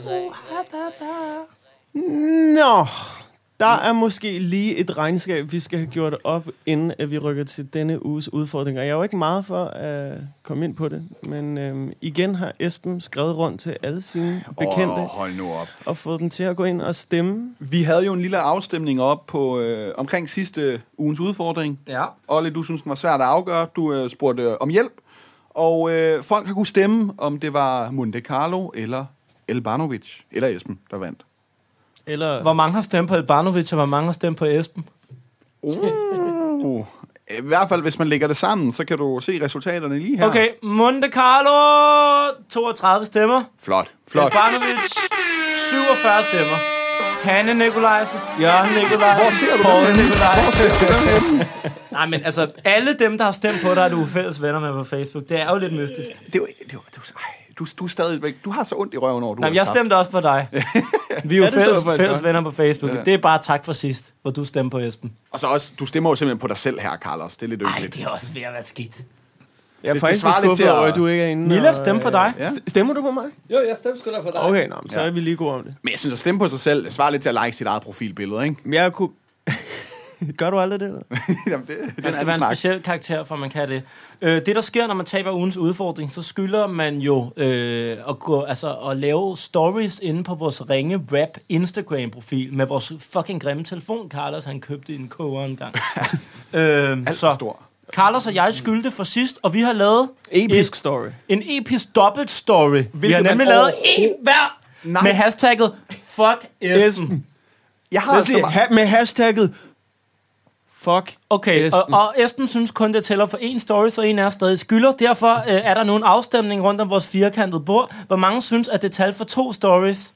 Nå, der er måske lige et regnskab, vi skal have gjort op, inden at vi rykker til denne uges udfordring. Og jeg er jo ikke meget for at komme ind på det, men øhm, igen har Esben skrevet rundt til alle sine bekendte Åh, hold nu op. og fået dem til at gå ind og stemme. Vi havde jo en lille afstemning op på øh, omkring sidste ugens udfordring. Ja. Olle, du synes, den var svært at afgøre. Du øh, spurgte øh, om hjælp. Og øh, folk har kunne stemme, om det var Monte Carlo eller Elbanovic eller Esben, der vandt. Eller Hvor mange har stemt på Elbanovic, og hvor mange har stemt på Esben? Uh. I hvert fald, hvis man lægger det sammen, så kan du se resultaterne lige her. Okay, Monte Carlo, toogtredive stemmer. Flot, flot. Elbanovic, syvogfyrre stemmer. Hanne Nikolajsen, Jørgen Nikolajsen, Hvor ser du Paul dem henne? Nikolajsen. Hvor ser du dem henne? Nej, men altså, alle dem, der har stemt på dig, er du fælles venner med på Facebook. Det er jo lidt mystisk. Det var, det var, det var, ej, du, du er stadigvæk... Du har så ondt i røven over, du Jamen, har jeg stemte også på dig. Vi er jo Ja, det så fælles, jeg faktisk fælles godt. venner på Facebook. Ja. Det er bare tak for sidst, hvor du stemte på Esben. Og så også, du stemmer jo simpelthen på dig selv her, Carlos. Det er lidt Ej, ynkeligt. det er også ved at være skidt. Jeg er det faktisk svarer lidt skuffet til at- over, at du ikke er inde. Mila, og, stem på øh, dig. Ja. Stemmer du på mig? Jo, jeg stemte sgu da på dig. Okay, nå, så Ja. er vi lige gode om det. Men jeg synes, at stemme på sig selv, det svarer lidt til at like sit eget profilbillede, ikke? Men jeg kunne... Gør du aldrig det? Eller? Jamen, det, det er Man en skal anden være en snak. speciel karakter, for man kan det. Øh, det, der sker, når man taber ugens udfordring, så skylder man jo øh, at, gå, altså, at lave stories inde på vores ringe rap Instagram-profil med vores fucking grimme telefon, Carlos han købte i en koger engang. øh, Alt for så stor. Carlos og jeg skyldte for sidst, og vi har lavet Episk et, story. en episk dobbelt story. Vi Hvilket har nemlig man lavet overhovedet- en hver Nej. med hashtagget Fuck Esben. Jeg har Lad os altså lige bare... ha- med hashtagget Fuck Okay, Esben. og, og Esben synes kun, det tæller for én story, så en er stadig skylder. Derfor øh, er der nu en afstemning rundt om vores firkantede bord. Hvor mange synes, at det tal for to stories?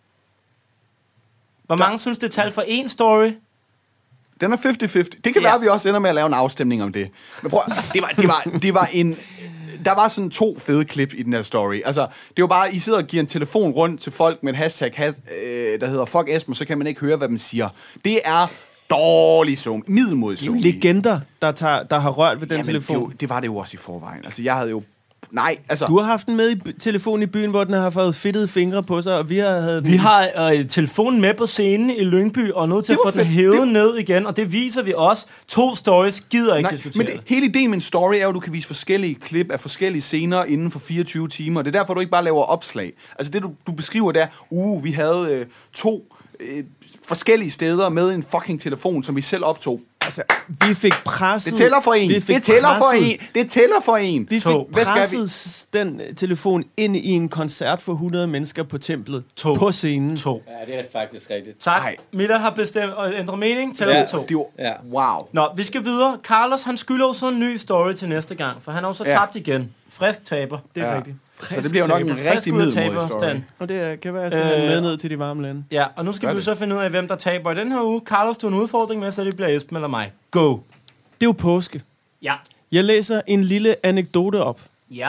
Hvor mange synes, det tal for én story? Den er halvtreds halvtreds. Det kan Ja. være, at vi også ender med at lave en afstemning om det. Men prøv, det var, det var, det var en... Der var sådan to fede klip i den her story. Altså, det var bare, I sidder og giver en telefon rundt til folk med en hashtag, has, øh, der hedder Fuck Esben, så kan man ikke høre, hvad man siger. Det er dårlig zoom. Middelmodig Det er jo zoom. legender, der, tager, der har rørt ved den Jamen, telefon. Det, jo- det var det jo også i forvejen. Altså, jeg havde jo... Nej, altså... Du har haft den med i by- telefonen i byen, hvor den har fået fedtede fingre på sig, og vi har havde Vi har øh, telefonen med på scenen i Lyngby, og nu til at Det var få den fedt. hævet Det- ned igen, og det viser vi også. To stories gider ikke Nej, diskutere men det. det, hele ideen med en story er jo, at du kan vise forskellige klip af forskellige scener inden for fireogtyve timer. Det er derfor, du ikke bare laver opslag. Altså det, du, du beskriver der, uh, vi havde øh, to øh, forskellige steder med en fucking telefon, som vi selv optog. Altså, vi fik presset... Det tæller for en. Vi fik Det tæller for presset- en. Det tæller for en. Vi fik To. Hvad skal vi? presset s- den øh, telefon ind i en koncert for hundrede mennesker på templet. To. På scenen. To. Ja, det er faktisk rigtigt. Tak. Ej. Mila har bestemt og ændret mening. Tæller Ja. vi to. Det var, Ja. wow. Nå, vi skal videre. Carlos, han skylder jo så en ny story til næste gang, for han har jo så Ja. tabt igen. Frisk taber. Det er Ja. rigtigt. Så det bliver jo nok en Frisk rigtig ud af middelmodig story. taberstand. Og det øh, kan være, at jeg skal Øh, øh, med ned til de varme lande. Ja, og nu skal Gør vi jo det. så finde ud af, hvem der taber i den her uge. Carlos, du har en udfordring med, så det bliver Esben eller mig. Go! Det er jo påske. Ja. Jeg læser en lille anekdote op. Ja.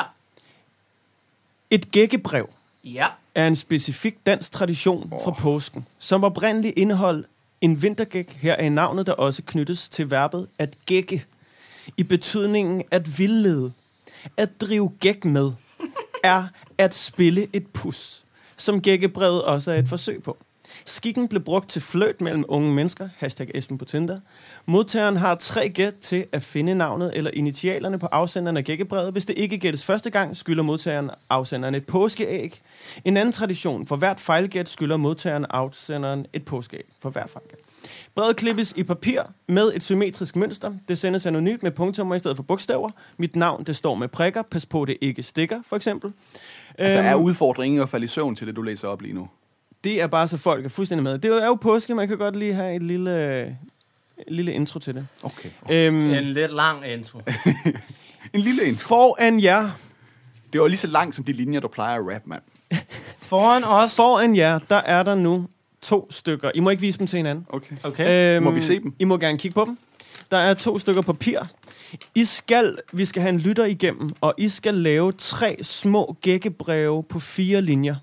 Et gækkebrev Ja. er en specifik dansk tradition oh. fra påsken, som oprindeligt indeholdt en vintergæk. Her er navnet, der også knyttes til verbet at gække, i betydningen at vildlede. At drive gæk med er at spille et pus, som gækkebrevet også er et forsøg på. Skikken blev brugt til fløjt mellem unge mennesker, hashtag Esben på Tinder. Modtageren har tre gæt til at finde navnet eller initialerne på afsenderen af gækkebrevet. Hvis det ikke gættes første gang, skylder modtageren afsenderen et påskeæg. En anden tradition: for hvert fejlgæt skylder modtageren afsenderen et påskeæg for hver fejlgæt. Brevet klippes i papir med et symmetrisk mønster. Det sendes anonymt med punktummer i stedet for bogstaver. Mit navn, det står med prikker. Pas på, det ikke stikker, for eksempel. Altså er Øhm, udfordringen at falde i søvn til det, du læser op lige nu? Det er bare så folk er fuldstændig med. Det er jo påske, man kan godt lige have et lille, et lille intro til det. Okay. Øhm, En lidt lang intro. En lille intro. foran jer, Det var lige så langt som de linjer, du plejer at rap, mand. Foran os. foran jer, der er der nu to stykker. I må ikke vise dem til hinanden. Okay. Okay. Øhm, Må vi se dem? I må gerne kigge på dem. Der er to stykker papir. I skal, vi skal have en lytter igennem, og I skal lave tre små gækkebreve på fire linjer.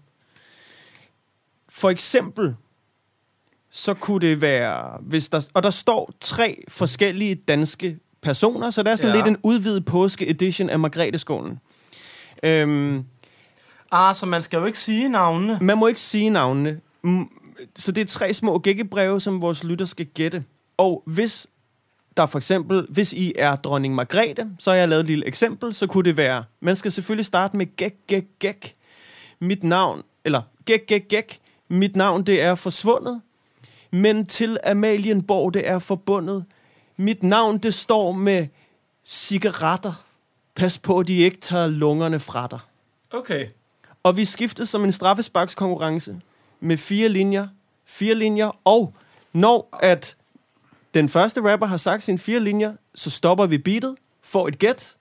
For eksempel, så kunne det være, hvis der, og der står tre forskellige danske personer, så der er sådan Ja. lidt en udvidet påske-edition af Margrethe-skålen. Øhm, Ah, så man skal jo ikke sige navnene. man må ikke sige navnene. Mm, Så det er tre små gækkebreve, som vores lytter skal gætte. Og hvis der for eksempel, hvis I er dronning Margrethe, så har jeg lavet et lille eksempel, så kunne det være, man skal selvfølgelig starte med gæk, gæk, gæk. Mit navn, eller gæk, gæk, gæk. Mit navn, det er forsvundet, men til Amalienborg, det er forbundet. Mit navn, det står med cigaretter. Pas på, at de ikke tager lungerne fra dig. Okay. Og vi skiftede som en straffesparkskonkurrence med fire linjer. Fire linjer, og når at den første rapper har sagt sine fire linjer, så stopper vi beatet, får et gæt.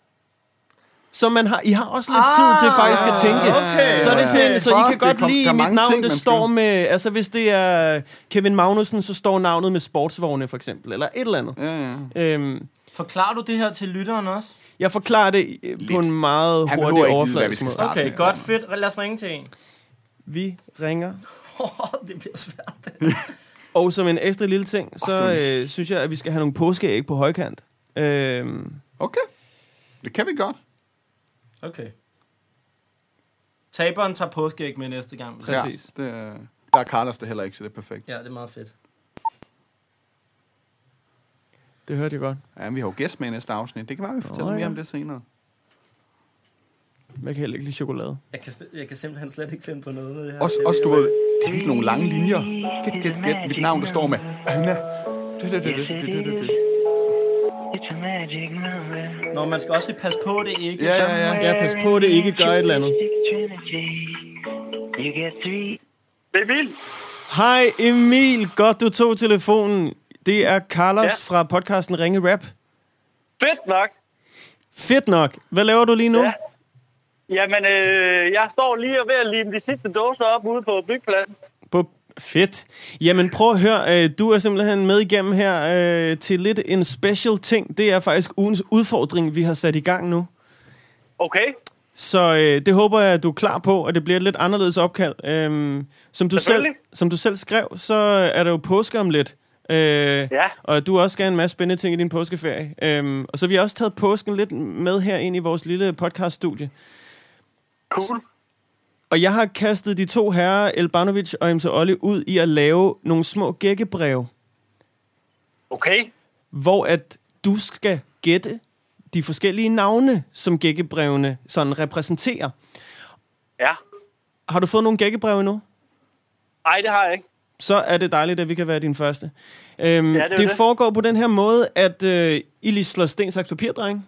Så man har, I har også lidt tid til faktisk at tænke. okay. Så er det sådan, Okay. så I kan Fuck, godt det kom- lide der er mit mange navn, ting, det man står skal- med, altså hvis det er Kevin Magnussen, så står navnet med sportsvogne for eksempel, eller et eller andet. Ja, ja. Øhm, Forklarer du det her til lytteren også? Jeg forklarer det på en meget Han hurtig behøver ikke vide, hvad vi overfladisk skal måde. starte Okay, med. godt, fedt. Lad os ringe til en. Vi ringer. Det bliver svært. Og som en ekstra lille ting, så øh, synes jeg, at vi skal have nogle påskeæg på højkant. Øhm, Okay, det kan vi godt. Okay. Taberen tager påskeæg med næste gang. Præcis. Ja, det, er- der er Carlos det heller ikke, så det er perfekt. Ja, det er meget fedt. det hørte jeg godt. Ja, vi har jo gæst med i næste afsnit. Det kan være, vi fortæller Åh, mere ja. om det senere. Jeg kan heller ikke lide chokolade. Jeg kan, jeg kan simpelthen slet ikke finde på noget med det her. Også, også du ved, det er virkelig nogle lange linjer. Gæt, gæt, gæt. Mit navn, der står med Anna. Det, det, det, det, det, det, det. Nå, man skal også passe på det ikke. Ja, ja, ja. Ja, pas på, det ikke gør et eller andet. Det er vildt. Hej Emil, godt du tog telefonen. Det er Carlos Ja. fra podcasten Ringe Rap. Fedt nok. Fedt nok. Hvad laver du lige nu? Ja. Jamen, øh, jeg står lige og ved at lime de sidste dåser op ude på byggepladsen. På fedt. Jamen prøv at høre, øh, du er simpelthen med igennem her øh, til lidt en special ting. Det er faktisk ugens udfordring, vi har sat i gang nu. Okay. Så øh, det håber jeg, at du er klar på, og det bliver et lidt anderledes opkald. Øhm, som, du selv, Selvfølgelig. som du selv skrev, så er der jo påske om lidt. Øh, Ja. Og du også skal have en masse spændende ting i din påskeferie. Øhm, og så har vi også taget påsken lidt med her ind i vores lille podcaststudie. Cool. Og jeg har kastet de to herrer, Elbanovic og M C Olli, ud i at lave nogle små gækkebreve, Okay. hvor at du skal gætte de forskellige navne, som gækkebrevene sådan repræsenterer. Ja. Har du fået nogle gækkebreve nu? Ej, det har jeg ikke. Så er det dejligt, at vi kan være din første. Øhm, Ja, det er det det. foregår på den her måde, at øh, I lige slår sten, saks, papir, dreng.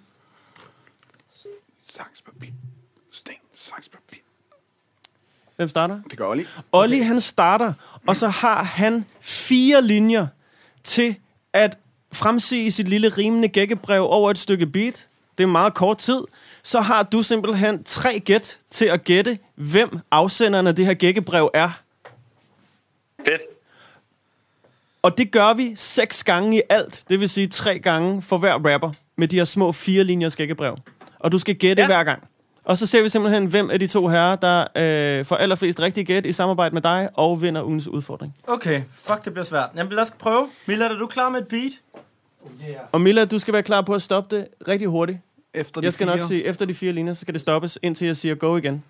Saks, papir. Sten, saks, papir. Hvem starter? Det gør Olli. Olli, han starter, og så har han fire linjer til at fremsige sit lille rimende gækkebrev over et stykke beat. Det er meget kort tid. Så har du simpelthen tre gæt til at gætte, hvem afsenderen af det her gækkebrev er. Fedt. Og det gør vi seks gange i alt. Det vil sige tre gange for hver rapper med de her små fire linjers gækkebrev. Og du skal gætte ja. Ja. hver gang. Og så ser vi simpelthen, hvem af de to herrer, der øh, får allerflest rigtige gæt i samarbejde med dig, og vinder ugens udfordring. Okay, fuck, det bliver svært. Jamen, lad os prøve. Mila, er du klar med et beat? Og Milla, du skal være klar på at stoppe det rigtig hurtigt. Efter de Jeg skal fire. nok sige, efter de fire linjer, så skal det stoppes, indtil jeg siger go igen.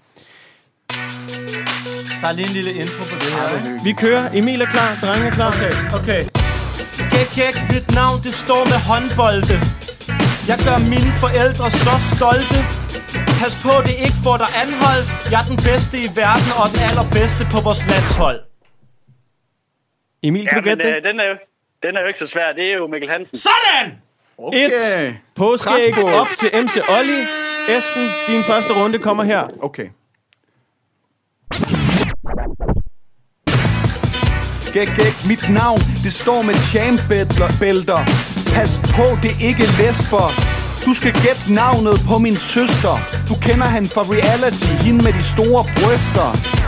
Der er lige en lille intro på det her, ikke? Vi kører. Emil er klar. Drenge er klar. Okay, okay. Gæk, gæk, mit navn, det står med håndbolde. Jeg gør mine forældre så stolte. Pas på, det ikke får dig anholdt. Jeg er den bedste i verden, og den allerbedste på vores landshold. Emil, kan Ja, du gætte men det? øh, den, er jo, den er jo ikke så svær. Det er jo Mikkel Hansen. Sådan! Okay. Et påskeæg Presbo. op til M C Olli. Esben, din første runde kommer her. Okay. Gæk, gæk, mit navn, det står med champ-bælter. Pas på, det er ikke lesber. Du skal gætte navnet på min søster. Du kender han fra reality, hende med de store bryster.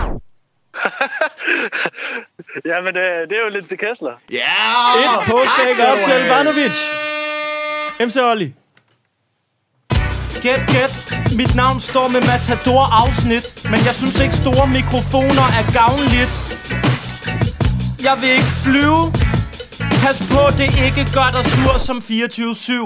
Jamen, øh, det er jo lidt til Kessler. Ja! Et påskeæg op til Elbanovic. M C Olli. Gæt, gæt. Mit navn står med Matador-afsnit, men jeg synes ikke store mikrofoner er gavnligt. Jeg vil ikke flyve. Pas på, det ikke gør dig sur som fireogtyve syv.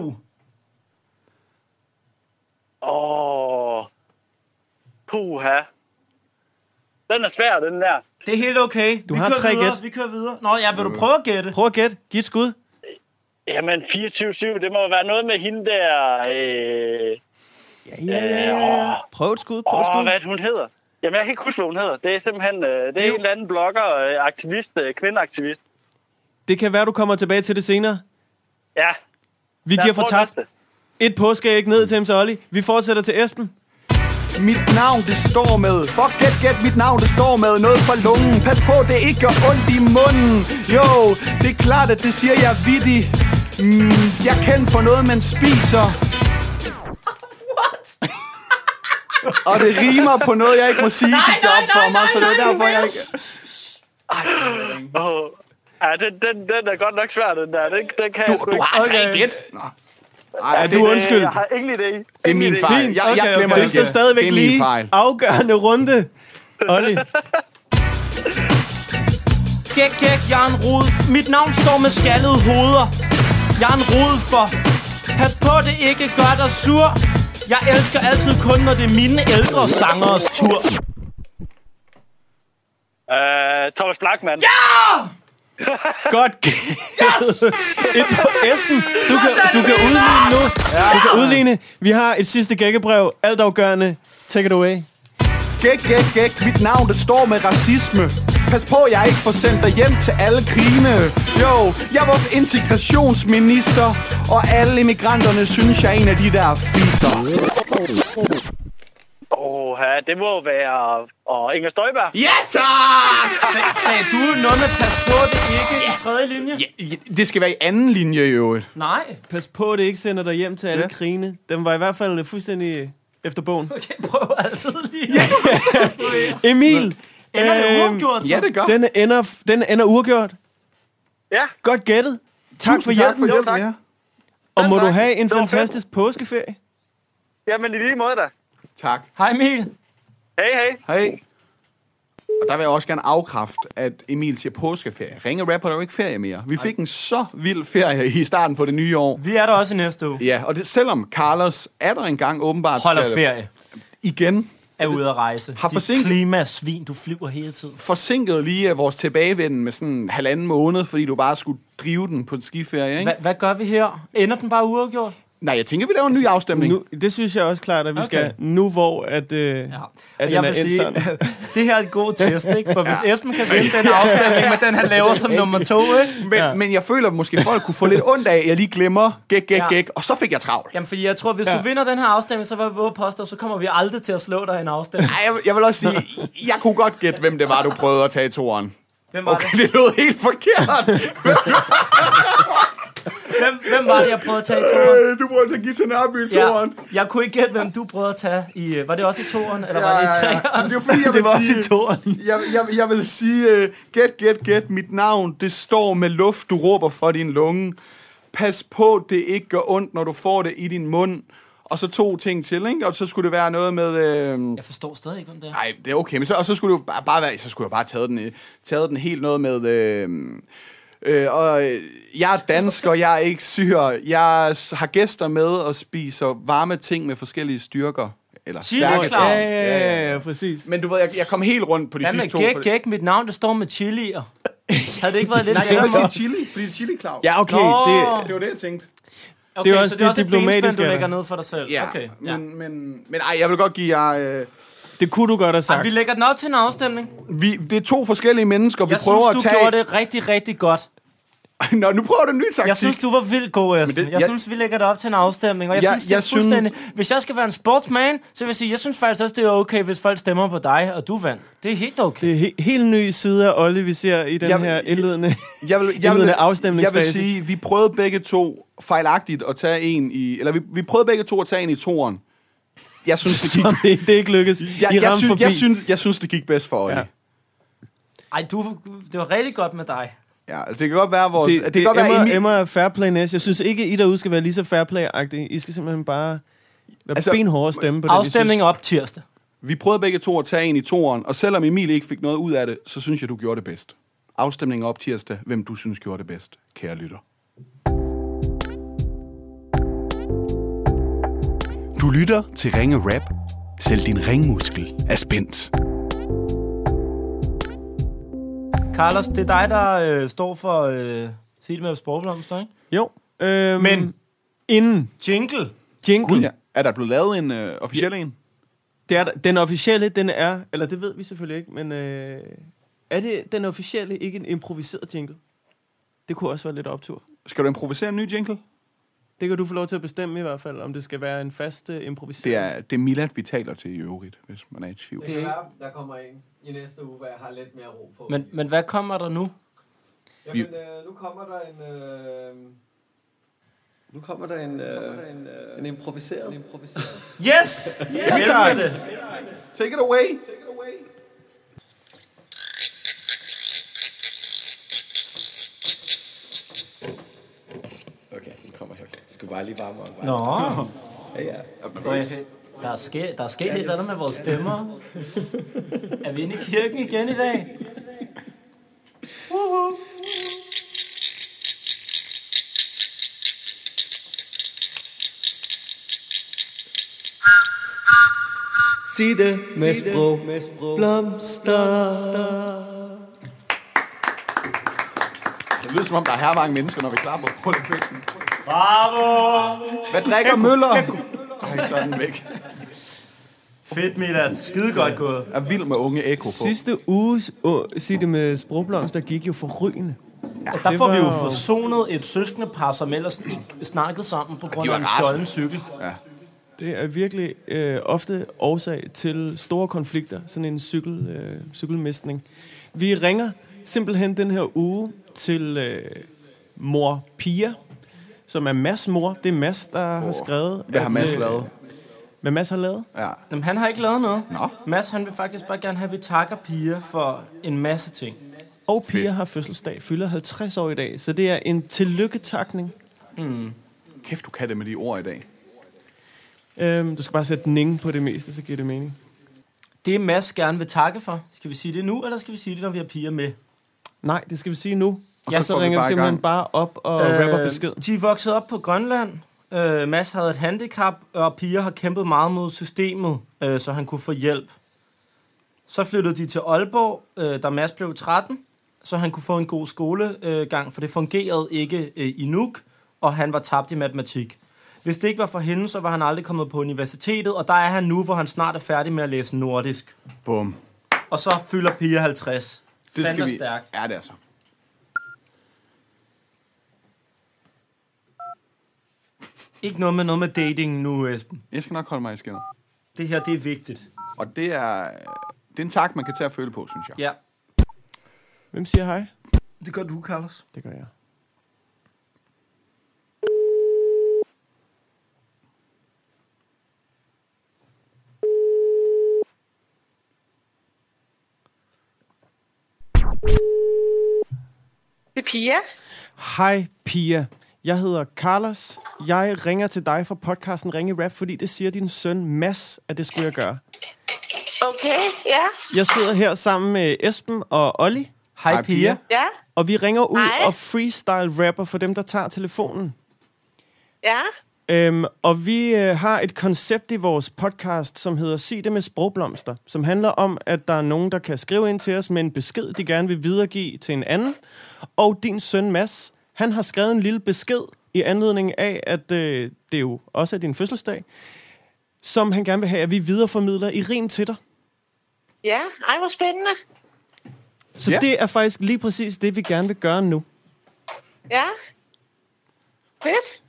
Åh. Puha. Den er svær, den der. Det er helt okay. Du vi har kører tre videre. gæt. Vi kører videre. Nå, ja, vil du prøve at gætte? Prøv at gætte. Giv et skud. Jamen, fireogtyve syv, det må være noget med hende der... Øh, Ja, ja, ja. Prøv et skud. Prøv et Åh, skud. hvad er det, hun hedder? Jamen, jeg kan ikke huske, hvad hun hedder. Det er simpelthen... Øh, det, det er jo- en eller anden blogger, øh, aktivist, øh, kvindeaktivist. Det kan være, du kommer tilbage til det senere. Ja. Vi lad giver os prøve fortabt næste. et påskeæg ned til M C Olli. Vi fortsætter til Esben. Mit navn, det står med. Fuck, gæt, gæt, mit navn, det står med noget fra lungen. Pas på, det ikke gør ondt i munden. Jo, det er klart, at det siger jeg vittig. Mm, jeg er kendt for noget, man spiser. What? Og det rimer på noget, jeg ikke må sige. Nej, gik det nej, op for nej, mig, nej, så det er nej, derfor, jeg Niels. ikke... Åh. Ja, den, den, den er godt nok svær, den der. Den, den kan jeg sgu ikke. gæt. Nå. Ej, er du undskyld? Jeg har ingen idé. Det er min Ingen idé. fejl. Jeg, jeg glemmer Det det står ikke. stadigvæk Det er min lige fejl. afgørende runde. Olli. Gæk, gæk, jeg er en rod. Mit navn står med skaldede hoveder. Jeg er en rod for. Pas på, det ikke gør dig sur. Jeg elsker altid kun, når det er mine ældre sangeres tur. Uh, Thomas Blackman. Ja! Godt. Yes! Et, Esben, du kan, du kan udligne nu. Du kan udligne. Vi har et sidste gækkebrev. Altafgørende. Take it away. Gæk, gæk, gæk. Mit navn, det står med racisme. Pas på, jeg ikke får sendt dig hjem til alle krigene. Jo, jeg er vores integrationsminister, og alle immigranterne synes, jeg er en af de der fisser. Åh, ja, det må være... Og Inger Støjberg. Ja, tak! Sag, sagde du noget med pas på, det ikke i tredje linje? Ja, det skal være i anden linje i øvrigt. Nej. Pas på, det ikke sender dig hjem til alle Ja. krigene. Den var i hvert fald fuldstændig efter bogen. Okay, prøv altid lige. Emil. Ender det øhm, uafgjort, så? Ja, det gør. Den ender, den ender uafgjort. Ja. Godt gættet. Tak for Tak hjælpen. for Jo, hjælpen, tak. ja. Og må Tak. du have en Det var fantastisk påskeferie. Jamen, i lige måde da. Tak. Hej Emil. Hey, hey. Hej. Og der vil jeg også gerne afkræfte, at Emil siger påskeferie. Ringe Rap har jo ikke ferie mere. Vi fik en så vild ferie i starten på det nye år. Vi er der også i næste uge. Ja, og det, selvom Carlos er der engang åbenbart... Holder skal- ferie. Igen Er ude at rejse. Har Dit forsinket- klimasvin, du flyver hele tiden. forsinket lige af vores tilbagevenden med sådan en halvanden måned, fordi du bare skulle drive den på en skiferie, ikke? Hva, hvad gør vi her? Ender den bare uafgjort? Nej, jeg tænker, vi laver en ny afstemning. Nu, det synes jeg også klart, at vi Okay. skal. Nu hvor at, øh, Ja. at Og den jeg er vil endt sige, sådan. det her er et god test, ikke? For hvis Esben kan vinde den afstemning med den, han laver som nummer to, ikke? Men, Ja. men jeg føler, at måske folk kunne få lidt ondt af, at jeg lige glemmer gæk, gæk, Ja. gæk, og så fik jeg travlt. Jamen, fordi jeg tror, hvis Ja. du vinder den her afstemning, så vil jeg våge påstå, så kommer vi aldrig til at slå dig i en afstemning. Ej, jeg, vil- jeg vil også sige, jeg kunne godt gætte, hvem det var, du prøvede at tage i toeren. Hvem var Okay, det lød helt forkert. det? Hvem, hvem var det, jeg prøvede at tage i toeren? Øh, du prøvede at tage Gita Nørby i Ja, toeren. jeg kunne ikke gætte, hvem du prøvede at tage i... øh, Var det også i toeren, eller var det i treeren? Men det er jo fordi, jeg Det vil var også sige... i toeren. Jeg, jeg, jeg vil sige, uh, gæt, gæt, gæt, mit navn, det står med luft, du råber fra din lunge. Pas på, det ikke gør ondt, når du får det i din mund. Og så to ting til, ikke? Og så skulle det være noget med... Øh, Jeg forstår stadig ikke, hvem det er. nej, det er okay, men så, og så skulle det jo bare, bare være... Så skulle jeg bare taget den, øh, taget den helt noget med... Øh, øh, og øh, jeg er dansker, jeg er ikke syr. Jeg s- har gæster med og spiser varme ting med forskellige styrker. Eller Chili stærke Claus. ting. Ja, ja, ja, ja, præcis. Men du ved, jeg, jeg kom helt rundt på de Hvad med sidste to. gæk, fordi- gæk? Mit navn, det står med chilier. Havde det ikke været lidt Nej, jeg nemmere? vil sige chili, fordi det er chili, Claus. Ja, okay. Nå. Det, Det var det, jeg tænkte. Okay, det er også så det er det også et diplomatiske benspænd, du af lægger dig. ned for dig selv. Ja, Okay, ja. men, men, men ej, jeg vil godt give jer... Øh, det kunne du godt have Ej, sagt. vi lægger den op til en afstemning. vi, det er to forskellige mennesker, vi Jeg prøver synes, at du tage... gjorde det rigtig, rigtig godt. Nå, nu prøver du en ny taktik. Jeg synes, du var vildt god, Esben. det- Jeg jeg- synes, vi lægger det op til en afstemning. Og jeg Jeg- synes, det jeg er synes- fuldstændig... Hvis jeg skal være en sportsman, så vil jeg sige, jeg synes faktisk også, det er okay, hvis folk stemmer på dig, og du vandt. Det er helt okay. Det er he- helt ny side af Olli, vi ser i den Jeg- her indledende, jeg vil, jeg indledende vil, jeg afstemningsfase. vil sige, vi prøvede begge to fejlagtigt at tage en i... Eller vi, vi prøvede begge to at tage en i toeren. Jeg synes, det gik... Som det, det ikke lykkes. Jeg, I jeg, ramte synes, forbi. jeg, synes, jeg synes, det gik bedst for Olli. Ja. Ja. Ej, du, det var rigtig godt med dig. Ja, altså, det kan godt være vores... Det, det, det kan godt være Emma, Emil, Emma er fairplay næst. Jeg synes ikke, I derude skal være lige så fairplay-agtige. I skal simpelthen bare være Altså, altså, benhårde stemme på det, Afstemning op tirsdag. vi prøvede begge to at tage en i toeren, og selvom Emil ikke fik noget ud af det, så synes jeg, du gjorde det bedst. Afstemning op tirsdag, hvem du synes gjorde det bedst, kære lytter. Du lytter til Ringe Rap. Selv din ringmuskel er spændt. Carlos, det er dig, der øh, står for øh, sig det med sprogblomster, ikke? Jo. Øhm, Men- inden Jingle. jingle, Ja. Er der blevet lavet en øh, officiel en? det er, der- den officielle, den er, eller det ved vi selvfølgelig ikke, men øh, er det den officielle ikke en improviseret jingle? Det kunne også være lidt optur. Skal du improvisere en ny jingle? Det kan du få lov til at bestemme i hvert fald, om det skal være en fast uh, improvisering. Det er, det er Milad, vi taler til i øvrigt, hvis man er i tvivl. Det kan være, der kommer en i næste uge, hvor jeg har lidt mere ro på. Men, men hvad kommer der nu? Jamen, øh, nu kommer der en... Øh, nu kommer der en, øh, en, øh, en improviseret. En improviseret. Yes! Jeg elsker det. Take it away. Take it away. Okay, den kommer her. Skud. skulle bare lige varme op. Nå. Ja, ja. Okay. Der er sket, der er sket lidt andet med vores stemmer. Er vi inde i kirken igen i dag? Woohoo. Sig det med sprog, blomster. Det lyder som om, der er her mange mennesker, når vi klapper på effekten. Bravo! Hvad drikker Møller? Ej, så er den væk. Fedt, Milad. Skide godt gået. Jeg er vild med unge Eko på. Sidste uges uh, Sig det med sprogblomster gik jo forrygende. Ja, der får vi jo forsonet et søskende par, som ellers ikke snakkede sammen på grund af en stjålen cykel. Ja. Det er virkelig øh, ofte årsag til store konflikter, sådan en cykel, øh, cykelmistning. Vi ringer simpelthen den her uge til øh, mor Pia, som er Mads' mor. Det er Mads, der oh. har skrevet. Hvad har Mads øh, lavet? Hvad Mads har lavet? Ja. Jamen, han har ikke lavet noget. Nå. Mads, han vil faktisk bare gerne have, at vi takker Pia for en masse ting. Og Pia Fedt. har fødselsdag, fylder halvtreds år i dag, så det er en tillykketagning. Mm. Kæft, du kan det med de ord i dag. Øhm, du skal bare sætte ning på det meste, så giver det mening. Det Mads gerne vil takke for. Skal vi sige det nu, eller skal vi sige det, når vi har Pia med? Nej, det skal vi sige nu. Og ja, så, så ringer vi simpelthen gang. bare op og øh, rapper besked. De er vokset op på Grønland. Øh, Mads havde et handicap, og Pia har kæmpet meget mod systemet, øh, så han kunne få hjælp. Så flyttede de til Aalborg, øh, da Mads blev tretten, så han kunne få en god skolegang, for det fungerede ikke øh, i Nuuk, og han var tabt i matematik. Hvis det ikke var for hende, så var han aldrig kommet på universitetet, og der er han nu, hvor han snart er færdig med at læse nordisk. Bum. Og så fylder Pia halvtreds. Det skal vi... stærkt. Ja, det er så. Ikke noget med noget med dating nu, Esben. Jeg skal nok holde mig i skinnet. Det her, det er vigtigt. Og det er, det er en tak, man kan tage at føle på, synes jeg. Ja. Hvem siger hej? Det gør du, Carlos. Det gør jeg. Det er Pia. Hej Pia. Jeg hedder Carlos. Jeg ringer til dig fra podcasten Ringe Rap, fordi det siger din søn Mads, at det skulle jeg gøre. Okay, ja. Jeg sidder her sammen med Esben og Olli. Hej, Hej Pia. Ja. Og vi ringer ud Hej. og freestyle rapper for dem, der tager telefonen. Ja. Øhm, og vi øh, har et koncept i vores podcast, som hedder Sig det med sprogblomster, som handler om, at der er nogen, der kan skrive ind til os med en besked, de gerne vil videregive til en anden. Og din søn Mads, han har skrevet en lille besked i anledning af, at øh, det jo også er din fødselsdag, som han gerne vil have, at vi videreformidler i rim til dig. Ja, ej, hvor spændende. Så ja. det er faktisk lige præcis det, vi gerne vil gøre nu. Ja. Fedt.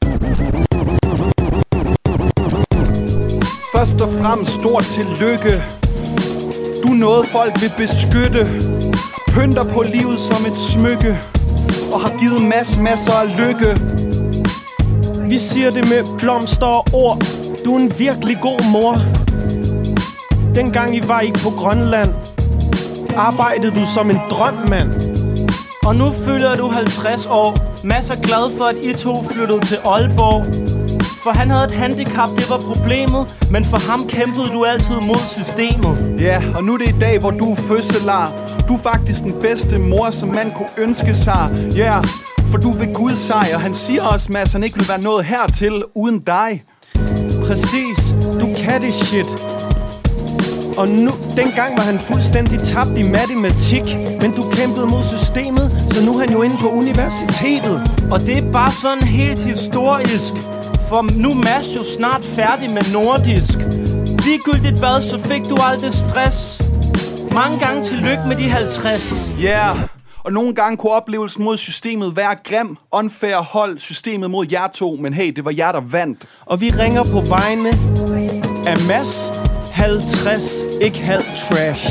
Først og fremmest stort tillykke. Du er noget, folk vil beskytte. Pynter på livet som et smykke, og har givet masser, masser af lykke. Vi siger det med blomster og ord. Du er en virkelig god mor. Dengang I var ikke på Grønland, arbejdede du som en drøm, mand. Og nu fylder du halvtreds år. Mads er glad for, at I to flyttede til Aalborg. For han havde et handicap, det var problemet. Men for ham kæmpede du altid mod systemet. Ja, og nu er det i dag, hvor du er fødselar. Du er faktisk den bedste mor, som man kunne ønske sig. Ja, yeah, for du vil Gud sej. Og han siger også, Mads, han ikke vil være noget hertil uden dig. Præcis, du kan det shit. Og nu, dengang var han fuldstændig tabt i matematik. Men du kæmpede mod systemet, så nu er han jo inde på universitetet. Og det er bare sådan helt historisk. For nu er Mads jo snart færdig med nordisk. Ligegyldigt hvad, så fik du aldrig stress. Mange gange tillykke med de halvtreds. Ja, yeah. Og nogle gange kunne oplevelsen mod systemet være grim. Unfair hold systemet mod jer to. Men hey, det var jer, der vandt. Og vi ringer på vegne af Mads. halvtreds, ikke halv trash.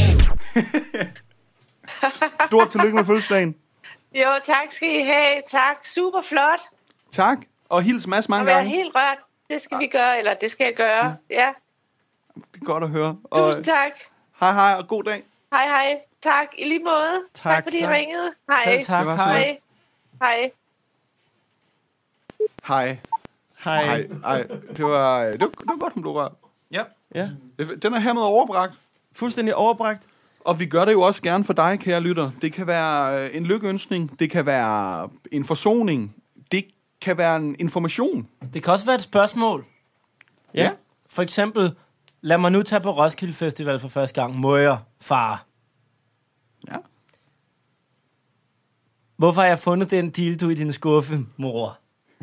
Stort tillykke med fødselsdagen. Jo, tak skal I have. Tak, super flot. Tak, og hils Mads mange gange. gange. Og være helt rørt. Det skal vi gøre, eller det skal jeg gøre. Ja. Det er godt at høre. Tusind tak. Hej, hej, og god dag. Hej, hej. Tak, i lige måde. Tak, tak fordi I tak. ringede. Hej. Selv tak, hej. Hej. Hej. Hej. Hej. Ej, ej, det var, det var, det var godt, hun blev rørt. Ja. Ja. Den er hermed overbragt. Fuldstændig overbragt. Og vi gør det jo også gerne for dig, kære lytter. Det kan være en lykønskning, det kan være en forsoning, det kan være en information. Det kan også være et spørgsmål. Ja. For eksempel, lad mig nu tage på Roskilde Festival for første gang. Må jeg, far? Ja. Hvorfor har jeg fundet den dildo i din skuffe, mor?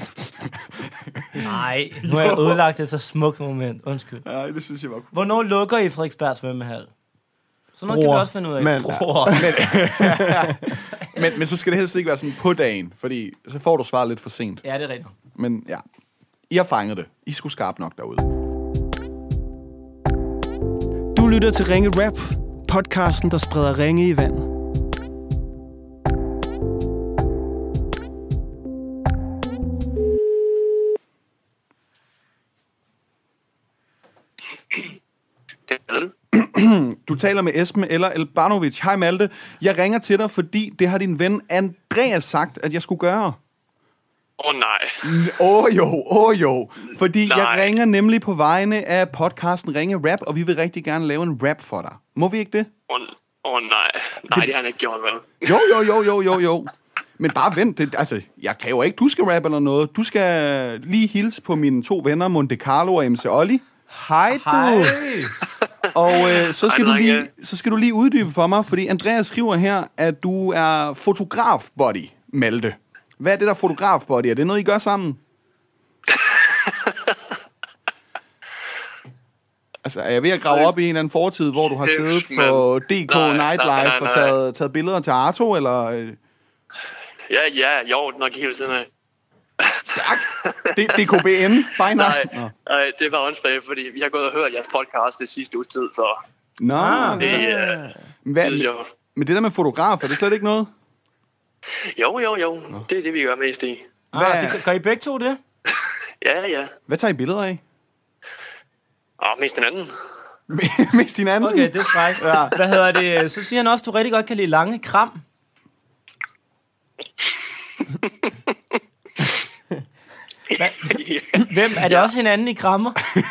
Nej, nu har jeg ødelagt et så smukt moment. Undskyld. Ja, det synes jeg var cool. Hvornår lukker I Frederiksberg svømmehal? Så noget Bror. kan vi også finde ud af. Men- Bror. Men, men så skal det helst ikke være sådan på dagen, fordi så får du svaret lidt for sent. Ja, det er rigtigt. Men ja, I har fanget det. I skulle skarpe nok derude. Du lytter til Ringe Rap, podcasten, der spreder ringe i vandet. Du taler med Esben eller Elbanovic. Hej Malte. Jeg ringer til dig, fordi det har din ven Andreas sagt, at jeg skulle gøre. Åh oh, nej. Åh oh, jo, åh oh, jo. Fordi Nej. jeg ringer nemlig på vegne af podcasten Ringe Rap, og vi vil rigtig gerne lave en rap for dig. Må vi ikke det? Åh oh, oh, nej. Nej, det... det har han ikke gjort, vel? Jo, jo, jo, jo, jo, jo. Men bare vent. Det, altså, jeg kræver ikke, du skal rap eller noget. Du skal lige hilse på mine to venner, Monte Carlo og M C Olli. Hej du. Hej. Og øh, så, skal Hej, du lige, drenge. så skal du lige uddybe for mig, fordi Andreas skriver her, at du er fotograf-buddy, Malte. Hvad er det der fotograf-buddy? Er det noget, I gør sammen? Altså, er jeg ved at grave op i en eller anden fortid, hvor du har Det- siddet men- på D K nej, Nightlife nej, nej, og nej. taget, taget billeder til Arto, eller... øh, Ja, ja, jo, nok hele tiden af. D- D K B N? By Nej, night? Nå. nej, det var åndssvagt, fordi vi har gået og hørt jeres podcast det sidste uges tid, så Nå, Ah, det, okay. øh, Hvad, det er sjovt. men det der med fotograf, er det slet ikke noget? Jo, jo, jo. Det er det, vi gør mest i. Ah, det, gør I begge to det? Ja, ja. Hvad tager I billeder af? Og mest den anden. Mest hinanden? Okay, det er frækt. Ja. Hvad hedder det? Så siger han også, at du rigtig godt kan lide lange kram. Hvem? Er det også hinanden i krammer?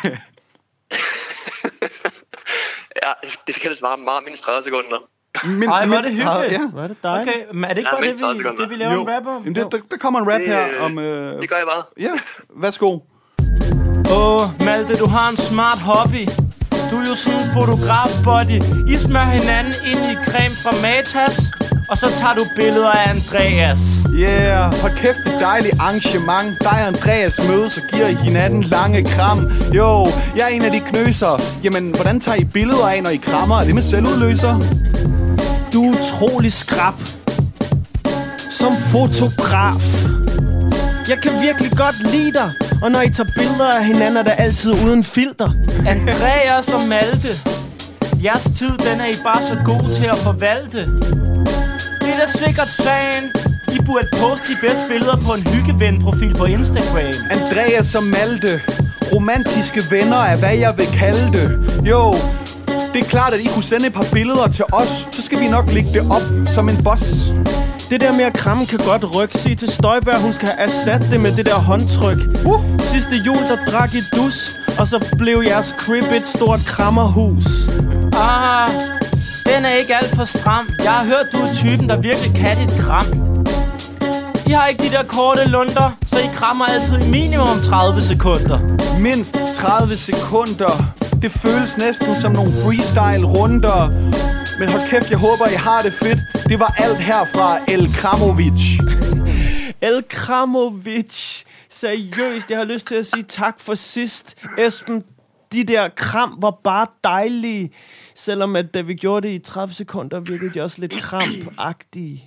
Ja, det skal helst være meget mindst tredive sekunder. Min, Ej, hvor er det mindst tredive, hyggeligt. Ja. Hvor er det dejligt. Okay, men er det ikke Ja, bare mindst tredive det, vi, sekunder. det, vi laver Jo. en rap om? Jamen, det, der, der kommer en rap Det, her øh, om... Øh, Det gør jeg bare. Ja, værsgo. Åh, oh, Malte, du har en smart hobby. Du er jo sådan en fotograf-buddy. I smører hinanden ind i creme fra Matas, og så tager du billeder af Andreas. Yeah, hold kæft, det dejligt arrangement. Dig og Andreas mødes og giver hinanden lange kram. Jo, jeg er en af de knøser. Jamen, hvordan tager I billeder af, når I krammer? Er det med selvudløser? Du er utrolig skrap. Som fotograf. Jeg kan virkelig godt lide dig. Og når I tager billeder af hinanden, er det altid uden filter. Andreas og Malte, jeres tid, den er I bare så gode til at forvalte. Det er da sikkert sagen. I burde poste de bedste billeder på en hyggeven-profil på Instagram. Andreas og Malte, romantiske venner er, hvad jeg vil kalde det. Jo, det er klart, at I kunne sende et par billeder til os. Så skal vi nok lægge det op som en boss. Det der med at kramme kan godt rykke. Sig til Støjberg, hun skal erstatte det med det der håndtryk. Uh. Sidste jul, der drak I dus, og så blev jeres crib et stort krammerhus. Ah, den er ikke alt for stram. Jeg har hørt, du er typen, der virkelig kan dit kram. I har ikke de der korte lunder, så I krammer altid i minimum tredive sekunder. Mindst tredive sekunder. Det føles næsten som nogle freestyle-runder. Men hold kæft, jeg håber, I har det fedt. Det var alt her fra El Kramovic. El Kramovic. Seriøst, jeg har lyst til at sige tak for sidst. Esben, de der kram var bare dejlige. Selvom at da vi gjorde det i tredive sekunder, virkede de også lidt krampagtige.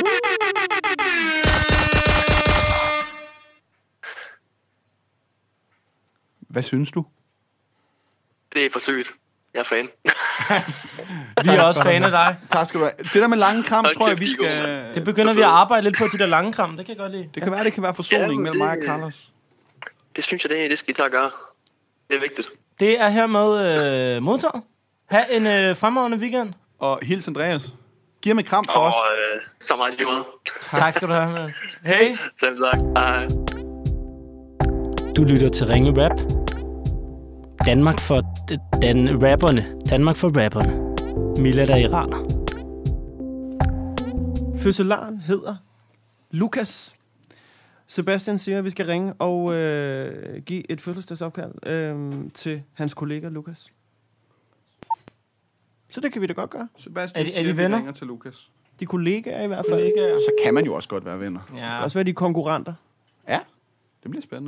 Hvad synes du? Det er for sygt. Jeg er fan. Vi er også fan af dig. Tak skal du have. Det der med lange kram, Hold tror jeg, kæft, vi de er gode, skal... mand. Det begynder vi at arbejde lidt på, de der lange kram. Det kan jeg godt lide. Det kan være, det kan være forsoning Jamen, mellem det- mig og Carlos. Det synes jeg, det, det skal I tage at gøre. Det er vigtigt. Det er hermed øh, modtaget. Ha' en øh, fremragende weekend. Og hils Andreas. Giv ham et kram for Og os. øh, så meget lige måde. Tak skal du have, man. Hey. Selv tak. Hej. Du lytter til Ringe Rap. Danmark for dan- rapperne. Danmark for rapperne. Milad er iraner. Fødselaren hedder Lukas. Sebastian siger, at vi skal ringe og øh, give et fødselsdagsopkald øh, til hans kollega Lukas. Så det kan vi da godt gøre. Sebastian er de, er de siger, venner? vi ringer til Lukas. De kollegaer i hvert fald. Kollegaer. Så kan man jo også godt være venner. Ja. Det kan også være, de er konkurrenter. Ja, det bliver spændende.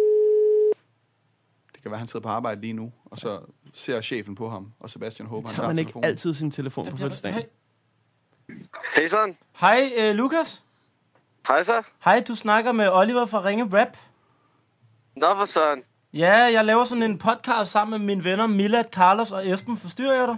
Det kan være, han sidder på arbejde lige nu, og så ser chefen på ham, og Sebastian håber, han tager man ikke telefonen. altid sin telefon på fødselsdagen? Hey. Hej sådan. Hej, øh, Lukas. Hej så. Hej, du snakker med Oliver fra Ringe Rap. Nå, for søren. Ja, jeg laver sådan en podcast sammen med mine venner Milad, Carlos og Esben. Forstyrrer jeg dig?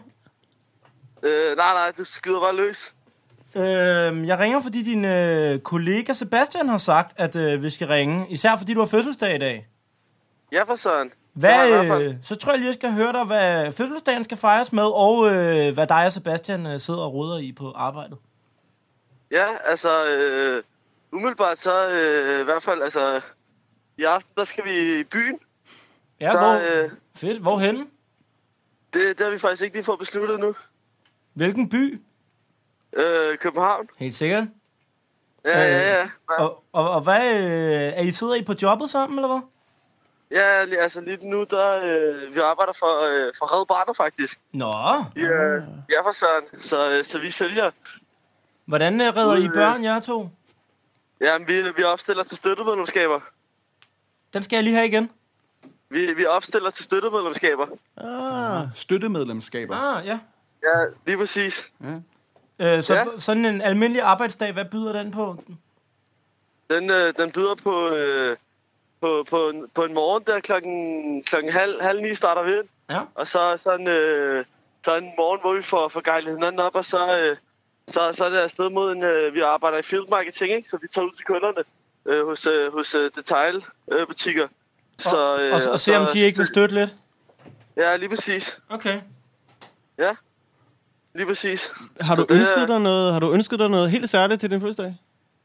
Øh, nej, nej, du skyder bare løs. Øh, jeg ringer, fordi din øh, kollega Sebastian har sagt, at øh, vi skal ringe. Især fordi du har fødselsdag i dag. Ja, for søren. Hvad, øh, så tror jeg lige, jeg skal høre dig, hvad fødselsdagen skal fejres med, og øh, hvad dig og Sebastian øh, sidder og roder i på arbejdet. Ja, altså, øh, umiddelbart så øh, i hvert fald, altså, i aften, der skal vi i byen. Ja, der, hvor? Øh, Fedt. Hvorhenne? Det, det har vi faktisk ikke lige fået besluttet nu. Hvilken by? Øh, København. Helt sikkert. Ja, øh, ja, ja. ja. Og, og, og hvad, øh, er I sidder I på jobbet sammen, eller hvad? Ja, altså lige nu, der øh, vi arbejder for, øh, for Red Barner, faktisk. Nå. Ja, ja for søren. Så, øh, så vi sælger. Hvordan øh, redder I børn, jer to? Ja, vi, vi opstiller til støttemedlemskaber. Den skal jeg lige have igen. Vi, vi opstiller til støttemedlemskaber. Ah, støttemedlemskaber. Ah, ja. Ja, lige præcis. Ja. Øh, så ja. Sådan en almindelig arbejdsdag, hvad byder den på? Den, øh, den byder på, øh, på, på, en, på en morgen, der klokken, klokken halv, halv ni starter vi ind. Ja. Og så sådan, øh, så en morgen, hvor vi får, får gejlet hinanden op, og så, øh, så, så er det afsted mod en, øh, vi arbejder i field marketing, ikke? Så vi tager ud til kunderne øh, hos, øh, hos øh, detailbutikker. Øh, så, øh, og, og, og se om de ikke vil støtte lidt? Ja, lige præcis. Okay. Ja, lige præcis. Har du, det, ønsket dig noget, har du ønsket dig noget helt særligt til din fødselsdag?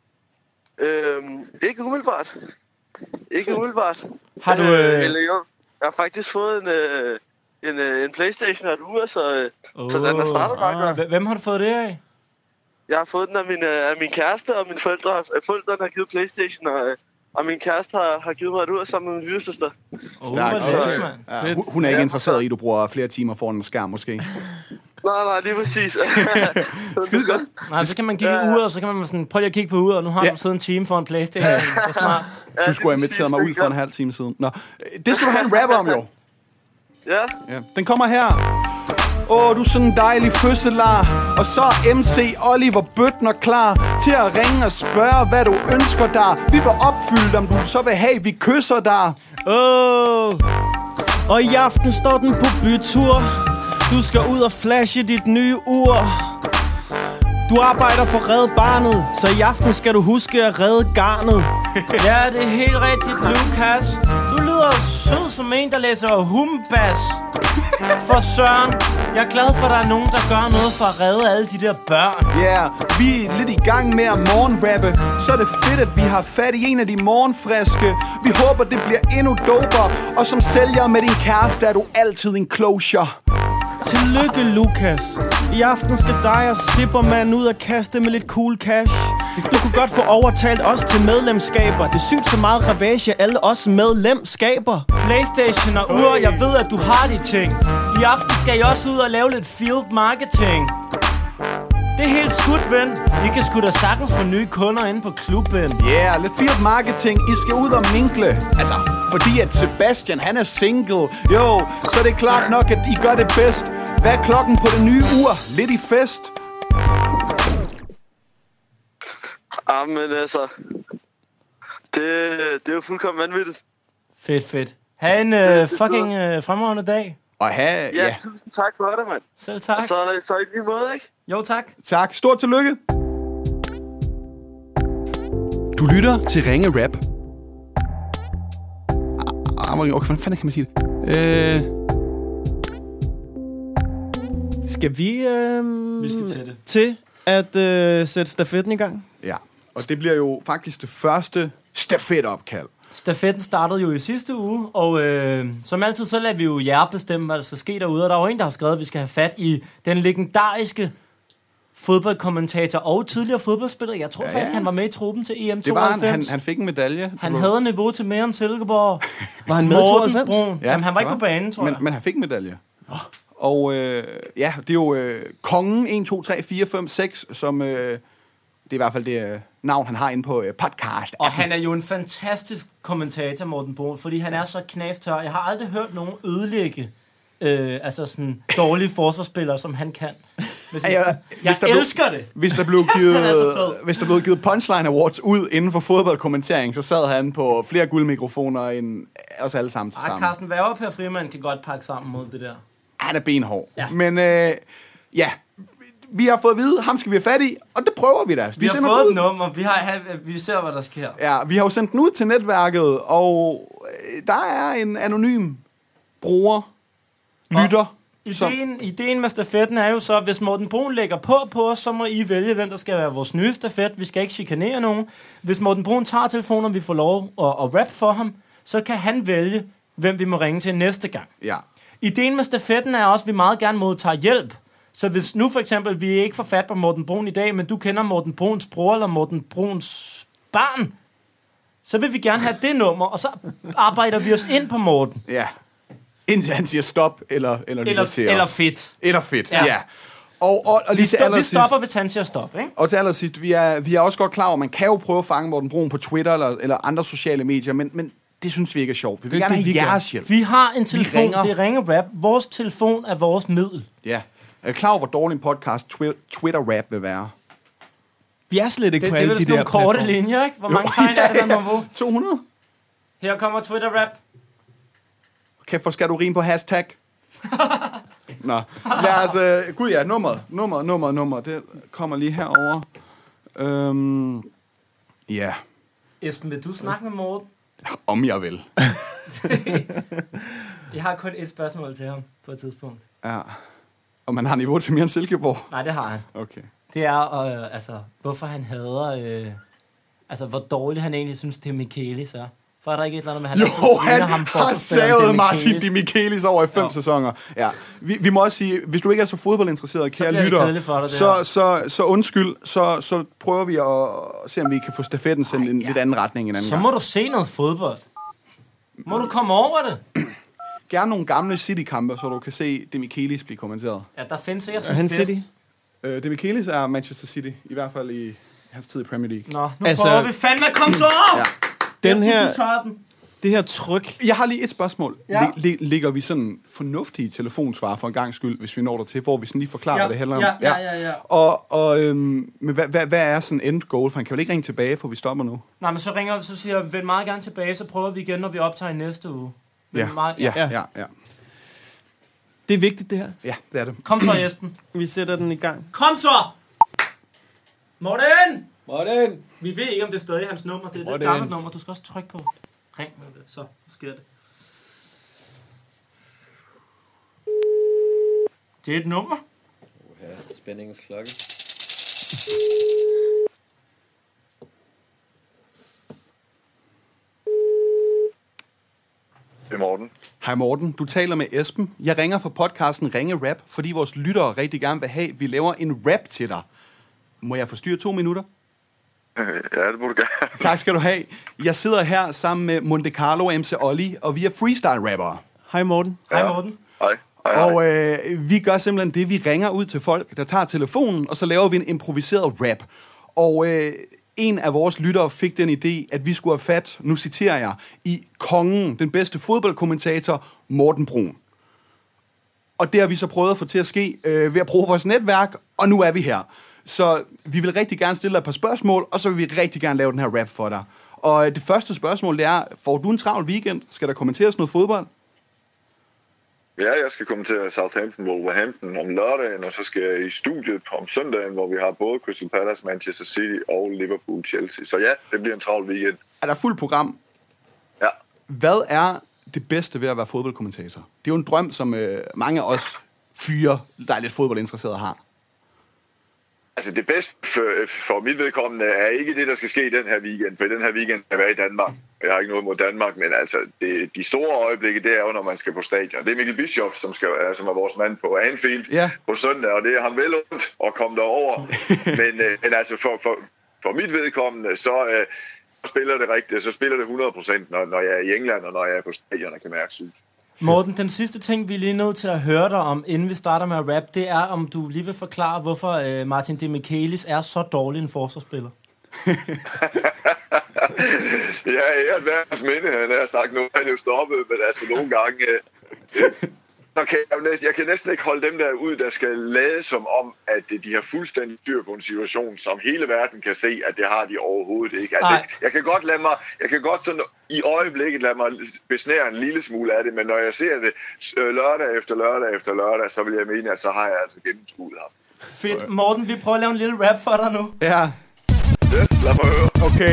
Øhm, ikke umiddelbart. Ikke Fint. umiddelbart. Har du... Øh... Eller jo, jeg har faktisk fået en, øh, en, øh, en PlayStation af et uge, så, oh, så den er startet bare. Ah, hvem har du fået det af? Jeg har fået den af min, øh, af min kæreste, og mine forældre, øh, forældrene har givet PlayStation, og, øh, og min kæreste har, har givet mig et ud sammen med min lillesøster. Stærkt. Oh, okay. Ja, hun, hun er ikke ja, interesseret i, at du bruger flere timer foran en skærm, måske. Nej, nej, lige præcis. Skide godt. Nej, så kan man kigge i uret, og så kan man sådan, prøv lige at kigge på uret, og nu har ja. du siddet en time for en PlayStation. Det er smart. Du skulle have inviteret mig ud for en halv time siden. Nå, det skal du have en rap om, jo. Ja. Ja. Den kommer her. Åh, oh, du er sådan en dejlig fødselar. Og så er M C Oliver Bøtner klar til at ringe og spørge, hvad du ønsker dig. Vi vil opfylde dem, du så vil have, vi kysser dig. Åh, oh. Og i aften står den på bytur. Du skal ud og flashe dit nye ur. Du arbejder for Red Barnet, så i aften skal du huske at redde garnet. Ja, det er helt rigtigt, Lukas. Du lyder sød som en, der læser humbas. For søren, jeg er glad for, at der er nogen, der gør noget for at redde alle de der børn. Ja, yeah, vi er lidt i gang med at morgenrappe. Så er det fedt, at vi har fat i en af de morgenfriske. Vi håber, det bliver endnu doper. Og som sælger med din kæreste, er du altid en closure. Tillykke, Lukas. I aften skal dig og Zipperman ud og kaste med lidt cool cash. Du kunne godt få overtalt os til medlemskaber. Det er sygt så meget ravage, alle os medlemskaber. PlayStation og ur, jeg ved, at du har de ting. I aften skal I også ud og lave lidt field marketing. Det er helt skudt, ven. I kan sgu da sagtens få nye kunder inde på klubben. Ja, yeah, lidt field marketing. I skal ud og minkle. Altså, fordi at Sebastian, han er single. Jo, så er det klart nok, at I gør det bedst. Hvad er klokken på det nye ur? Lidt i fest. Jamen altså, det, det er jo fuldkommen vanvittigt. Fedt, fedt. Ha' en øh, fucking øh, fremragende dag. Og have, ja, ja. Tusind tak for det, mand. Selv tak. Så, så i lige måde, ikke? Jo, tak. Tak. Stort tillykke. Du lytter til Ringe Rap. Ah, okay, hvordan fanden kan man sige det? Øh... Skal vi, øh, vi skal til det. Til at øh, sætte stafetten i gang? Ja, og det bliver jo faktisk det første stafetopkald. Stafetten startede jo i sidste uge, og øh, som altid, så lader vi jo jer bestemme, hvad der skal ske derude. Og der er jo en, der har skrevet, at vi skal have fat i den legendariske fodboldkommentator og tidligere fodboldspiller. Jeg tror ja, faktisk, ja. han var med i truppen til E M tooghalvfems. Det var han. Han, han fik en medalje. Han havde niveau til mere end Silkeborg. Var han med i tooghalvfems? Ja, Jamen, han var ikke på banen, tror men, jeg. Men han fik en medalje. Oh. Og øh, ja, det er jo øh, kongen en, to, tre, fire, fem, seks, som... Øh, det er i hvert fald det øh, navn, han har inde på øh, podcast. Og han er jo en fantastisk kommentator, Morten Brun, fordi han er så knastør. Jeg har aldrig hørt nogen ødelægge øh, altså sådan dårlige forsvarsspillere, som han kan. Hvis jeg, jeg, jeg hvis elsker blev, det. Hvis der blev givet, hvis der blev givet Punchline Awards ud inden for fodboldkommentering, så sad han på flere guldmikrofoner end os alle sammen til sammen. Carsten Werger og Per Frimann kan godt pakke sammen mod det der. Han er benhård. Ja. Men øh, ja, vi har fået at vide, ham skal vi have fat i, og det prøver vi da. Vi, vi har fået et nummer, vi, har, vi ser, hvad der sker. Ja, vi har jo sendt den ud til netværket, og der er en anonym bruger, lytter. Ideen, ideen med stafetten er jo så, at hvis Morten Brun lægger på på os, så må I vælge, hvem der skal være vores nye stafet. Vi skal ikke chikanere nogen. Hvis Morten Brun tager telefonen, og vi får lov at, at rap for ham, så kan han vælge, hvem vi må ringe til næste gang. Ja. Ideen med stafetten er også, at vi meget gerne modtager hjælp. Så hvis nu for eksempel, vi ikke får fat på Morten Brun i dag, men du kender Morten Bruns bror eller Morten Bruns barn, så vil vi gerne have det nummer, og så arbejder vi os ind på Morten. Ja. Indtil han siger stop, eller eller Eller, eller fedt. Eller fedt, ja. ja. Og, og, og lige vi, til stop, vi stopper, hvis han siger stop, ikke? Og til allersidst, vi er, vi er også godt klar over, at man kan jo prøve at fange Morten Brun på Twitter eller, eller andre sociale medier, men, men det synes vi ikke er sjovt. Vi vil det, gerne det, have vi jeres hjælp. Vi har en telefon, ringer. det ringer rap. Vores telefon er vores middel. Ja. Er klar over, hvor dårlig en podcast twi- Twitter-rap vil være? Vi er slet ikke det, på det alle de de der nogle korte platform. linjer, ikke? Hvor mange tegn er det, der må på? to hundrede. Her kommer Twitter-rap. Kæft, hvor skal du rime på hashtag? Nå. Lad os... Øh, gud ja, nummer, nummer, nummer, nummer. Det kommer lige herover. Øhm, ja. Esben, vil du snakke med Morten? Om jeg vil. Jeg har kun et spørgsmål til ham på et tidspunkt. Ja. Om han har niveau til mere end Silkeborg? Nej, det har han. Okay. Det er, øh, altså, hvorfor han hader... Øh, altså, hvor dårligt han egentlig synes, det er Michaelis er. For er der ikke et eller andet med, han jo, han ham for har savet Martin Di Michaelis over i fem jo. sæsoner. Ja. Vi, vi må også sige, hvis du ikke er så fodboldinteresseret, kære lytter, så, så, så undskyld, så, så prøver vi at se, om vi kan få stafetten sendt i en ja. lidt anden retning en anden Så gang. må du se noget fodbold. Må du komme over det? Gerne nogle gamle City-kampe, så du kan se Di Michaelis blive kommenteret. Ja, der findes sikkert sådan bedst. City? Uh, Di Michaelis er Manchester City, i hvert fald i hans tid i Premier League. Nå, nu altså, prøver vi fandme at komme så op! Ja. Den her, den. det her tryk... Jeg har lige et spørgsmål. Ja. L- l- ligger vi sådan fornuftige telefonsvar for en gang skyld, hvis vi når der til, hvor vi sådan lige forklarer, ja. hvad det handler om? Ja, ja, ja. ja. Og, og øhm, men hvad, hvad, hvad er sådan end goal? For han kan vel ikke ringe tilbage, for vi stopper nu? Nej, men så ringer vi, så siger jeg, vend meget gerne tilbage, så prøver vi igen, når vi optager i næste uge. Ja. Meget, ja, ja, ja, ja. Det er vigtigt, det her. Ja, det er det. Kom så, Esben. Vi sætter den i gang. Kom så! Morten! Morten! Vi ved ikke, om det er stadig hans nummer. Det er et gammelt nummer. Du skal også trykke på. Ring med det. Så sker det. Det er et nummer. Ja, spændingens klokke. Det er Morten. Hej Morten, du taler med Esben. Jeg ringer fra podcasten Ringe Rap, fordi vores lyttere rigtig gerne vil have, at vi laver en rap til dig. Må jeg forstyrre to minutter? Ja, det må du gerne. Tak skal du have. Jeg sidder her sammen med Monte Carlo og M C Olli, og vi er freestyle-rappere. Hej Morten. Ja. Hej Morten. Hej. Hej, hej. Og øh, vi gør simpelthen det, vi ringer ud til folk, der tager telefonen, og så laver vi en improviseret rap. Og øh, en af vores lyttere fik den idé, at vi skulle have fat, nu citerer jeg, i kongen, den bedste fodboldkommentator, Morten Brun. Og det har vi så prøvet at få til at ske øh, ved at bruge vores netværk, og nu er vi her. Så vi vil rigtig gerne stille dig et par spørgsmål, og så vil vi rigtig gerne lave den her rap for dig. Og det første spørgsmål, det er, får du en travl weekend? Skal der kommenteres noget fodbold? Ja, jeg skal kommentere Southampton, Wolverhampton om lørdagen, og så skal jeg i studiet om søndagen, hvor vi har både Crystal Palace, Manchester City og Liverpool, Chelsea. Så ja, det bliver en travl weekend. Er der fuld program? Ja. Hvad er det bedste ved at være fodboldkommentator? Det er jo en drøm, som øh, mange af os fyre, der er lidt fodboldinteresserede, har. Altså det bedste for, for mit vedkommende er ikke det, der skal ske i den her weekend, for i den her weekend er jeg i Danmark. Jeg har ikke noget mod Danmark, men altså, det, de store øjeblikke, det er jo, når man skal på stadion. Det er Mikkel Bischoff, som, skal, som er vores mand på Anfield ja. på søndag, og det er ham vel ondt at komme derover. men, øh, men altså, for, for, for mit vedkommende, så øh, spiller det rigtigt. Så spiller det hundrede procent, når, når jeg er i England, og når jeg er på stadion og kan mærke sygt. Morten, den sidste ting, vi er lige nødt til at høre dig om, inden vi starter med at rap, det er, om du lige vil forklare, hvorfor øh, Martin Demichelis er så dårlig en forsvarsspiller. Ja, jeg er verdens minde, han har sagt, nu er han jo stoppet, men altså nogle gange... Øh, så kan jeg, næsten, jeg kan næsten ikke holde dem der ud, der skal lade som om, at de har fuldstændig styr på en situation, som hele verden kan se, at det har de overhovedet ikke. Altså, jeg kan godt lade mig, jeg kan godt sådan i øjeblikket lade mig besnære en lille smule af det, men når jeg ser det lørdag efter lørdag efter lørdag, så vil jeg mene, at så har jeg altså gennemskuet ham. Fedt. Morten, vi prøver at lave en lille rap for dig nu. Ja. Yes, lad mig høre. Okay.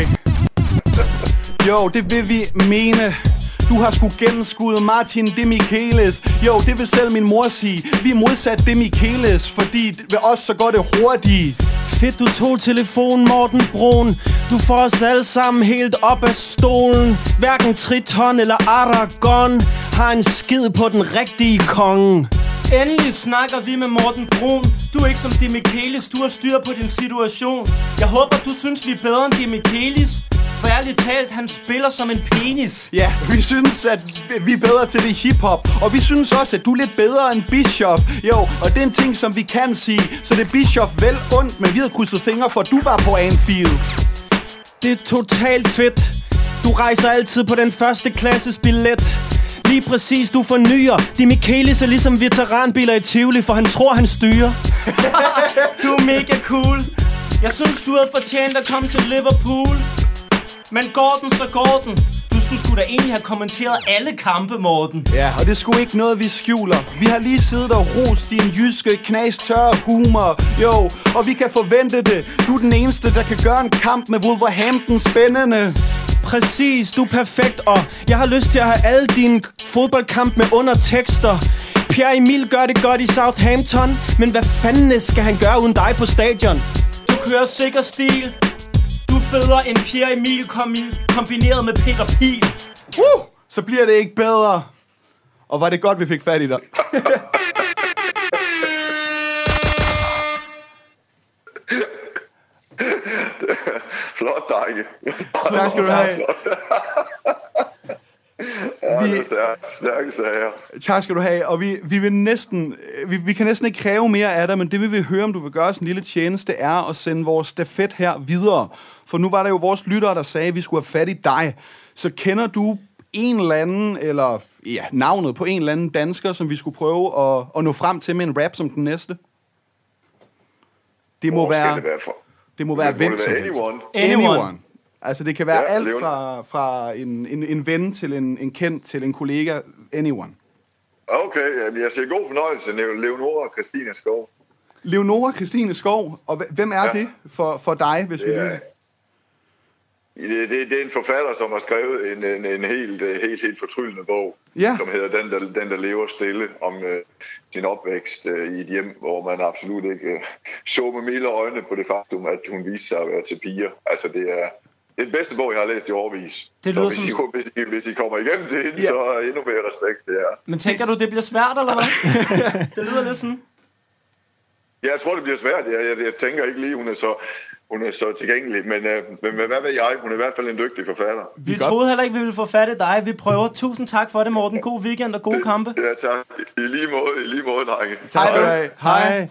Jo, det vil vi mene. Du har sgu gennemskuddet Martin Demichelis. Jo, det vil selv min mor sige. Vi er modsat Demichelis, fordi ved os så går det hurtigt. Fedt, du tog telefonen, Morten Brun. Du får os alle sammen helt op af stolen. Hverken Triton eller Aragon har en skid på den rigtige konge. Endelig snakker vi med Morten Brun. Du er ikke som Demichelis, du har styr på din situation. Jeg håber, du synes, vi er bedre end Demichelis. For ærligt talt, han spiller som en penis. Ja, vi synes, at vi er bedre til det hiphop. Og vi synes også, at du er lidt bedre end Bischoff. Jo, og det er en ting, som vi kan sige. Så det er Bischoff vel ondt, men vi havde krydset fingre, for du var på Anfield. Det er totalt fedt. Du rejser altid på den første klasses billet. Lige præcis, du fornyer. Demichelis er ligesom veteranbiler i Tivoli, for han tror, han styrer. Du er mega cool. Jeg synes, du havde fortjent at komme til Liverpool. Men går den, så går den. Du skulle sgu da egentlig have kommenteret alle kampe, Morten. Ja, og det er sgu ikke noget, vi skjuler. Vi har lige siddet og rost din jyske, knastørre humor. Jo, og vi kan forvente det. Du er den eneste, der kan gøre en kamp med Wolverhampton spændende. Præcis, du er perfekt, og jeg har lyst til at have alle dine fodboldkamp med undertekster. Pierre Emil gør det godt i Southampton, men hvad fanden skal han gøre uden dig på stadion? Du kører sikker stil. Du er federe end Pierre Emil kombi- kombineret med Peter Pil. Uh, så bliver det ikke bedre. Og var det godt, vi fik fat i dig. Flot, drenge. Tak skal du have. Ja, vi, det er stærkt, stærke sager. Tak skal du have, og vi, vi vil næsten, vi, vi kan næsten ikke kræve mere af dig, men det vi vil høre, om du vil gøre os en lille tjeneste, er at sende vores stafet her videre. For nu var der jo vores lyttere, der sagde, at vi skulle have fat i dig. Så kender du en eller anden, eller ja, navnet på en eller anden dansker, som vi skulle prøve at, at nå frem til med en rap som den næste? Det må Hvor være, det være for? det må være det hvem må som være helst. anyone. Anyone. anyone. Altså det kan være Ja, alt Leon. fra, fra en, en, en ven til en, en kendt til en kollega. Anyone. Okay, jamen, jeg siger god fornøjelse. Leonora Christine Skov. Leonora Christine Skov. Og hvem er ja. det for, for dig, hvis det vi er, det, det, det er en forfatter, som har skrevet en, en, en helt, helt, helt fortryllende bog, ja. som hedder Den, der, den, der lever stille, om uh, sin opvækst uh, i et hjem, hvor man absolut ikke uh, så med milde øjne på det faktum, at hun viste sig at være til piger. Altså, det er det er den bedste bog, jeg har læst i årevis. Det lyder så som... hvis, I, hvis, I, hvis I kommer igennem til hende, Ja. så er endnu mere respekt til jer. Men tænker du, det bliver svært, eller hvad? Det lyder lidt sådan. Ja, jeg tror, det bliver svært. Jeg, jeg, jeg tænker ikke lige, hun er så... Hun er så tilgængelig, men, øh, men hvad ved jeg? Hun er i hvert fald en dygtig forfatter. Vi troede heller ikke, vi ville få fat i dig. Vi prøver. Tusind tak for det, Morten. God weekend og gode kampe. Ja, tak. I lige måde, i lige måde, drenge. Tak skal du have. Hej.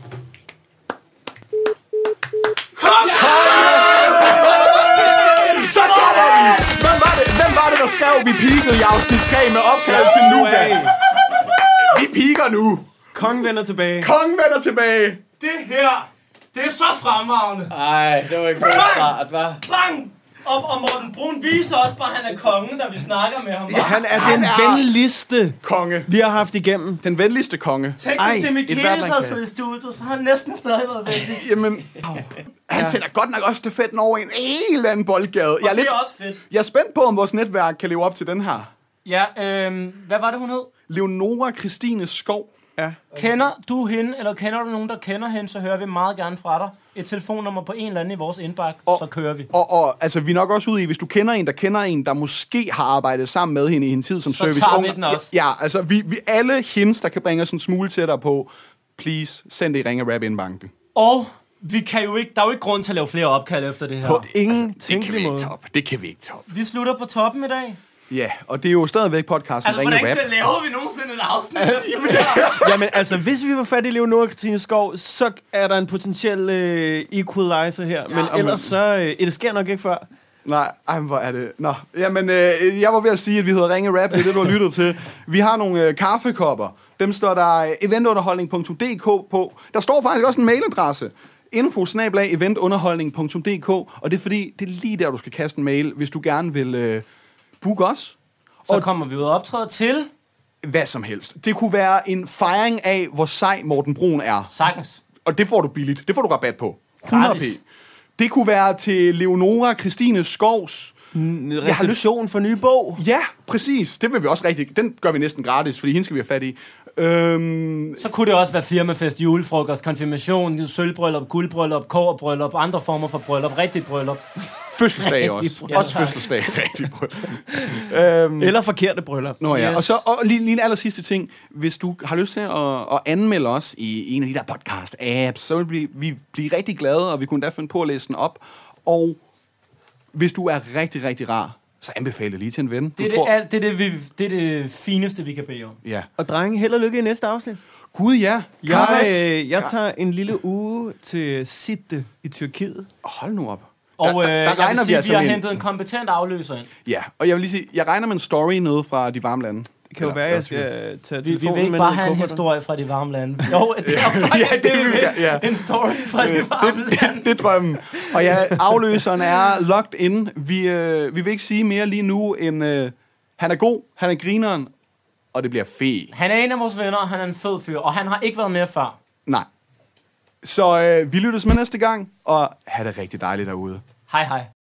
Så kommer vi! Hvem var det, Hvem var det der skrev, vi peakede i afsnit tre med opkald til Nuga? Vi peaker nu. Kongen vender tilbage. Kongen vender tilbage. Det her, det er så fremragende. Ej, det var ikke god start, hva'? Bang! Og, og Morten Brun viser også bare, at han er kongen, da vi snakker med ham. Ja, han er Den den venligste konge. vi har haft igennem. Den venligste konge. Tænk, Ej, hvis det et Michaelis hvert, man havde kan. siddet i studiet, så har han næsten stadig været venlig. Jamen, han Ja. sætter godt nok også stafetten over i en helt anden boldgade. Jeg er, Og det lidt, er også fedt. jeg er spændt på, om vores netværk kan leve op til den her. Ja, øhm, hvad var det, hun hed? Leonora Christine Skov. Ja. Kender du hende, eller kender du nogen, der kender hende, så hører vi meget gerne fra dig. Et telefonnummer på en eller anden i vores indbakke, så kører vi. Og, og altså, vi er nok også ude i, hvis du kender en, der kender en, der måske har arbejdet sammen med hende i hendes tid som så service. Så tager vi den også. Ja, altså, vi, vi alle hendes, der kan bringe os en smule tættere på, please, send det i Ringe Rap indbanken. Og vi kan jo ikke, der er jo ikke grund til at lave flere opkald efter det her. På ingen altså, tænkelig måde. Det kan vi ikke toppe. Vi slutter på toppen i dag. Ja, og det er jo stadigvæk podcasten altså, Ringe Rap. Altså, hvordan laver vi nogensinde et afsnit? Jamen, altså, hvis vi var fat i Leonora Christine Skov, så er der en potentiel øh, equalizer her. Ja, men ellers så... Øh, det sker nok ikke før. Nej, ej, hvor er det... Nå, jamen, øh, jeg var ved at sige, at vi hedder Ringe Rap, det er det, du har lyttet til. Vi har nogle øh, kaffekopper. Dem står der eventunderholdning punktum d k på. Der står faktisk også en mailadresse. info snabel-a eventunderholdning punktum d k. Og det er fordi, det er lige der, du skal kaste en mail, hvis du gerne vil øh, booke os. Så og kommer vi ud og optræde til... Hvad som helst. Det kunne være en fejring af, hvor sej Morten Brun er. Sagtens. Og det får du billigt. Det får du rabat på. hundrede p. Det kunne være til Leonora Christine Skovs... Reception for nye bog. Ja, præcis. Det vil vi også rigtig... Den gør vi næsten gratis, fordi hende skal vi have fat i. Øhm... Så kunne det også være firmafest, julefrokost, konfirmation, sølvbryllup, guldbryllup, kobberbryllup, andre former for bryllup, rigtigt bryllup. Fødselsdag også. Ja, også fødselsdag. Rigtig bryllup. øhm... Eller forkerte bryllup. Nå ja, yes. og så og lige, lige en aller sidste ting. Hvis du har lyst til at, at anmelde os i en af de der podcast-apps, så vil vi, vi blive rigtig glade, og vi kunne da finde på at læse den op. Og hvis du er rigtig, rigtig rar, så anbefale det lige til en ven. Det er, tror... det, alt, det, er det, vi, det er det fineste, vi kan bede om. Ja. Og drenge, held og lykke i næste afsnit. Gud, ja. Jeg, øh, jeg tager en lille uge til Sitte i Tyrkiet. Hold nu op. Og øh, der, der jeg vil sige, vi, altså vi har en... hentet en kompetent afløser ind. Ja, og jeg vil lige sige, jeg regner med en story nede fra de varme lande. Det kan jo være, at jeg skal tage vi, vi vil ikke bare have en historie fra de varme lande. Jo, det er faktisk ja, det, det, vi ja, ja. En story fra de varme det, lande. Det, det er drømmen. Og ja, afløseren er locked in. Vi, øh, vi vil ikke sige mere lige nu, end øh, han er god, han er grineren, og det bliver fedt. Han er en af vores venner, og han er en fed fyr, og han har ikke været med før. Nej. Så øh, vi lyttes med næste gang, og have det rigtig dejligt derude. Hej hej.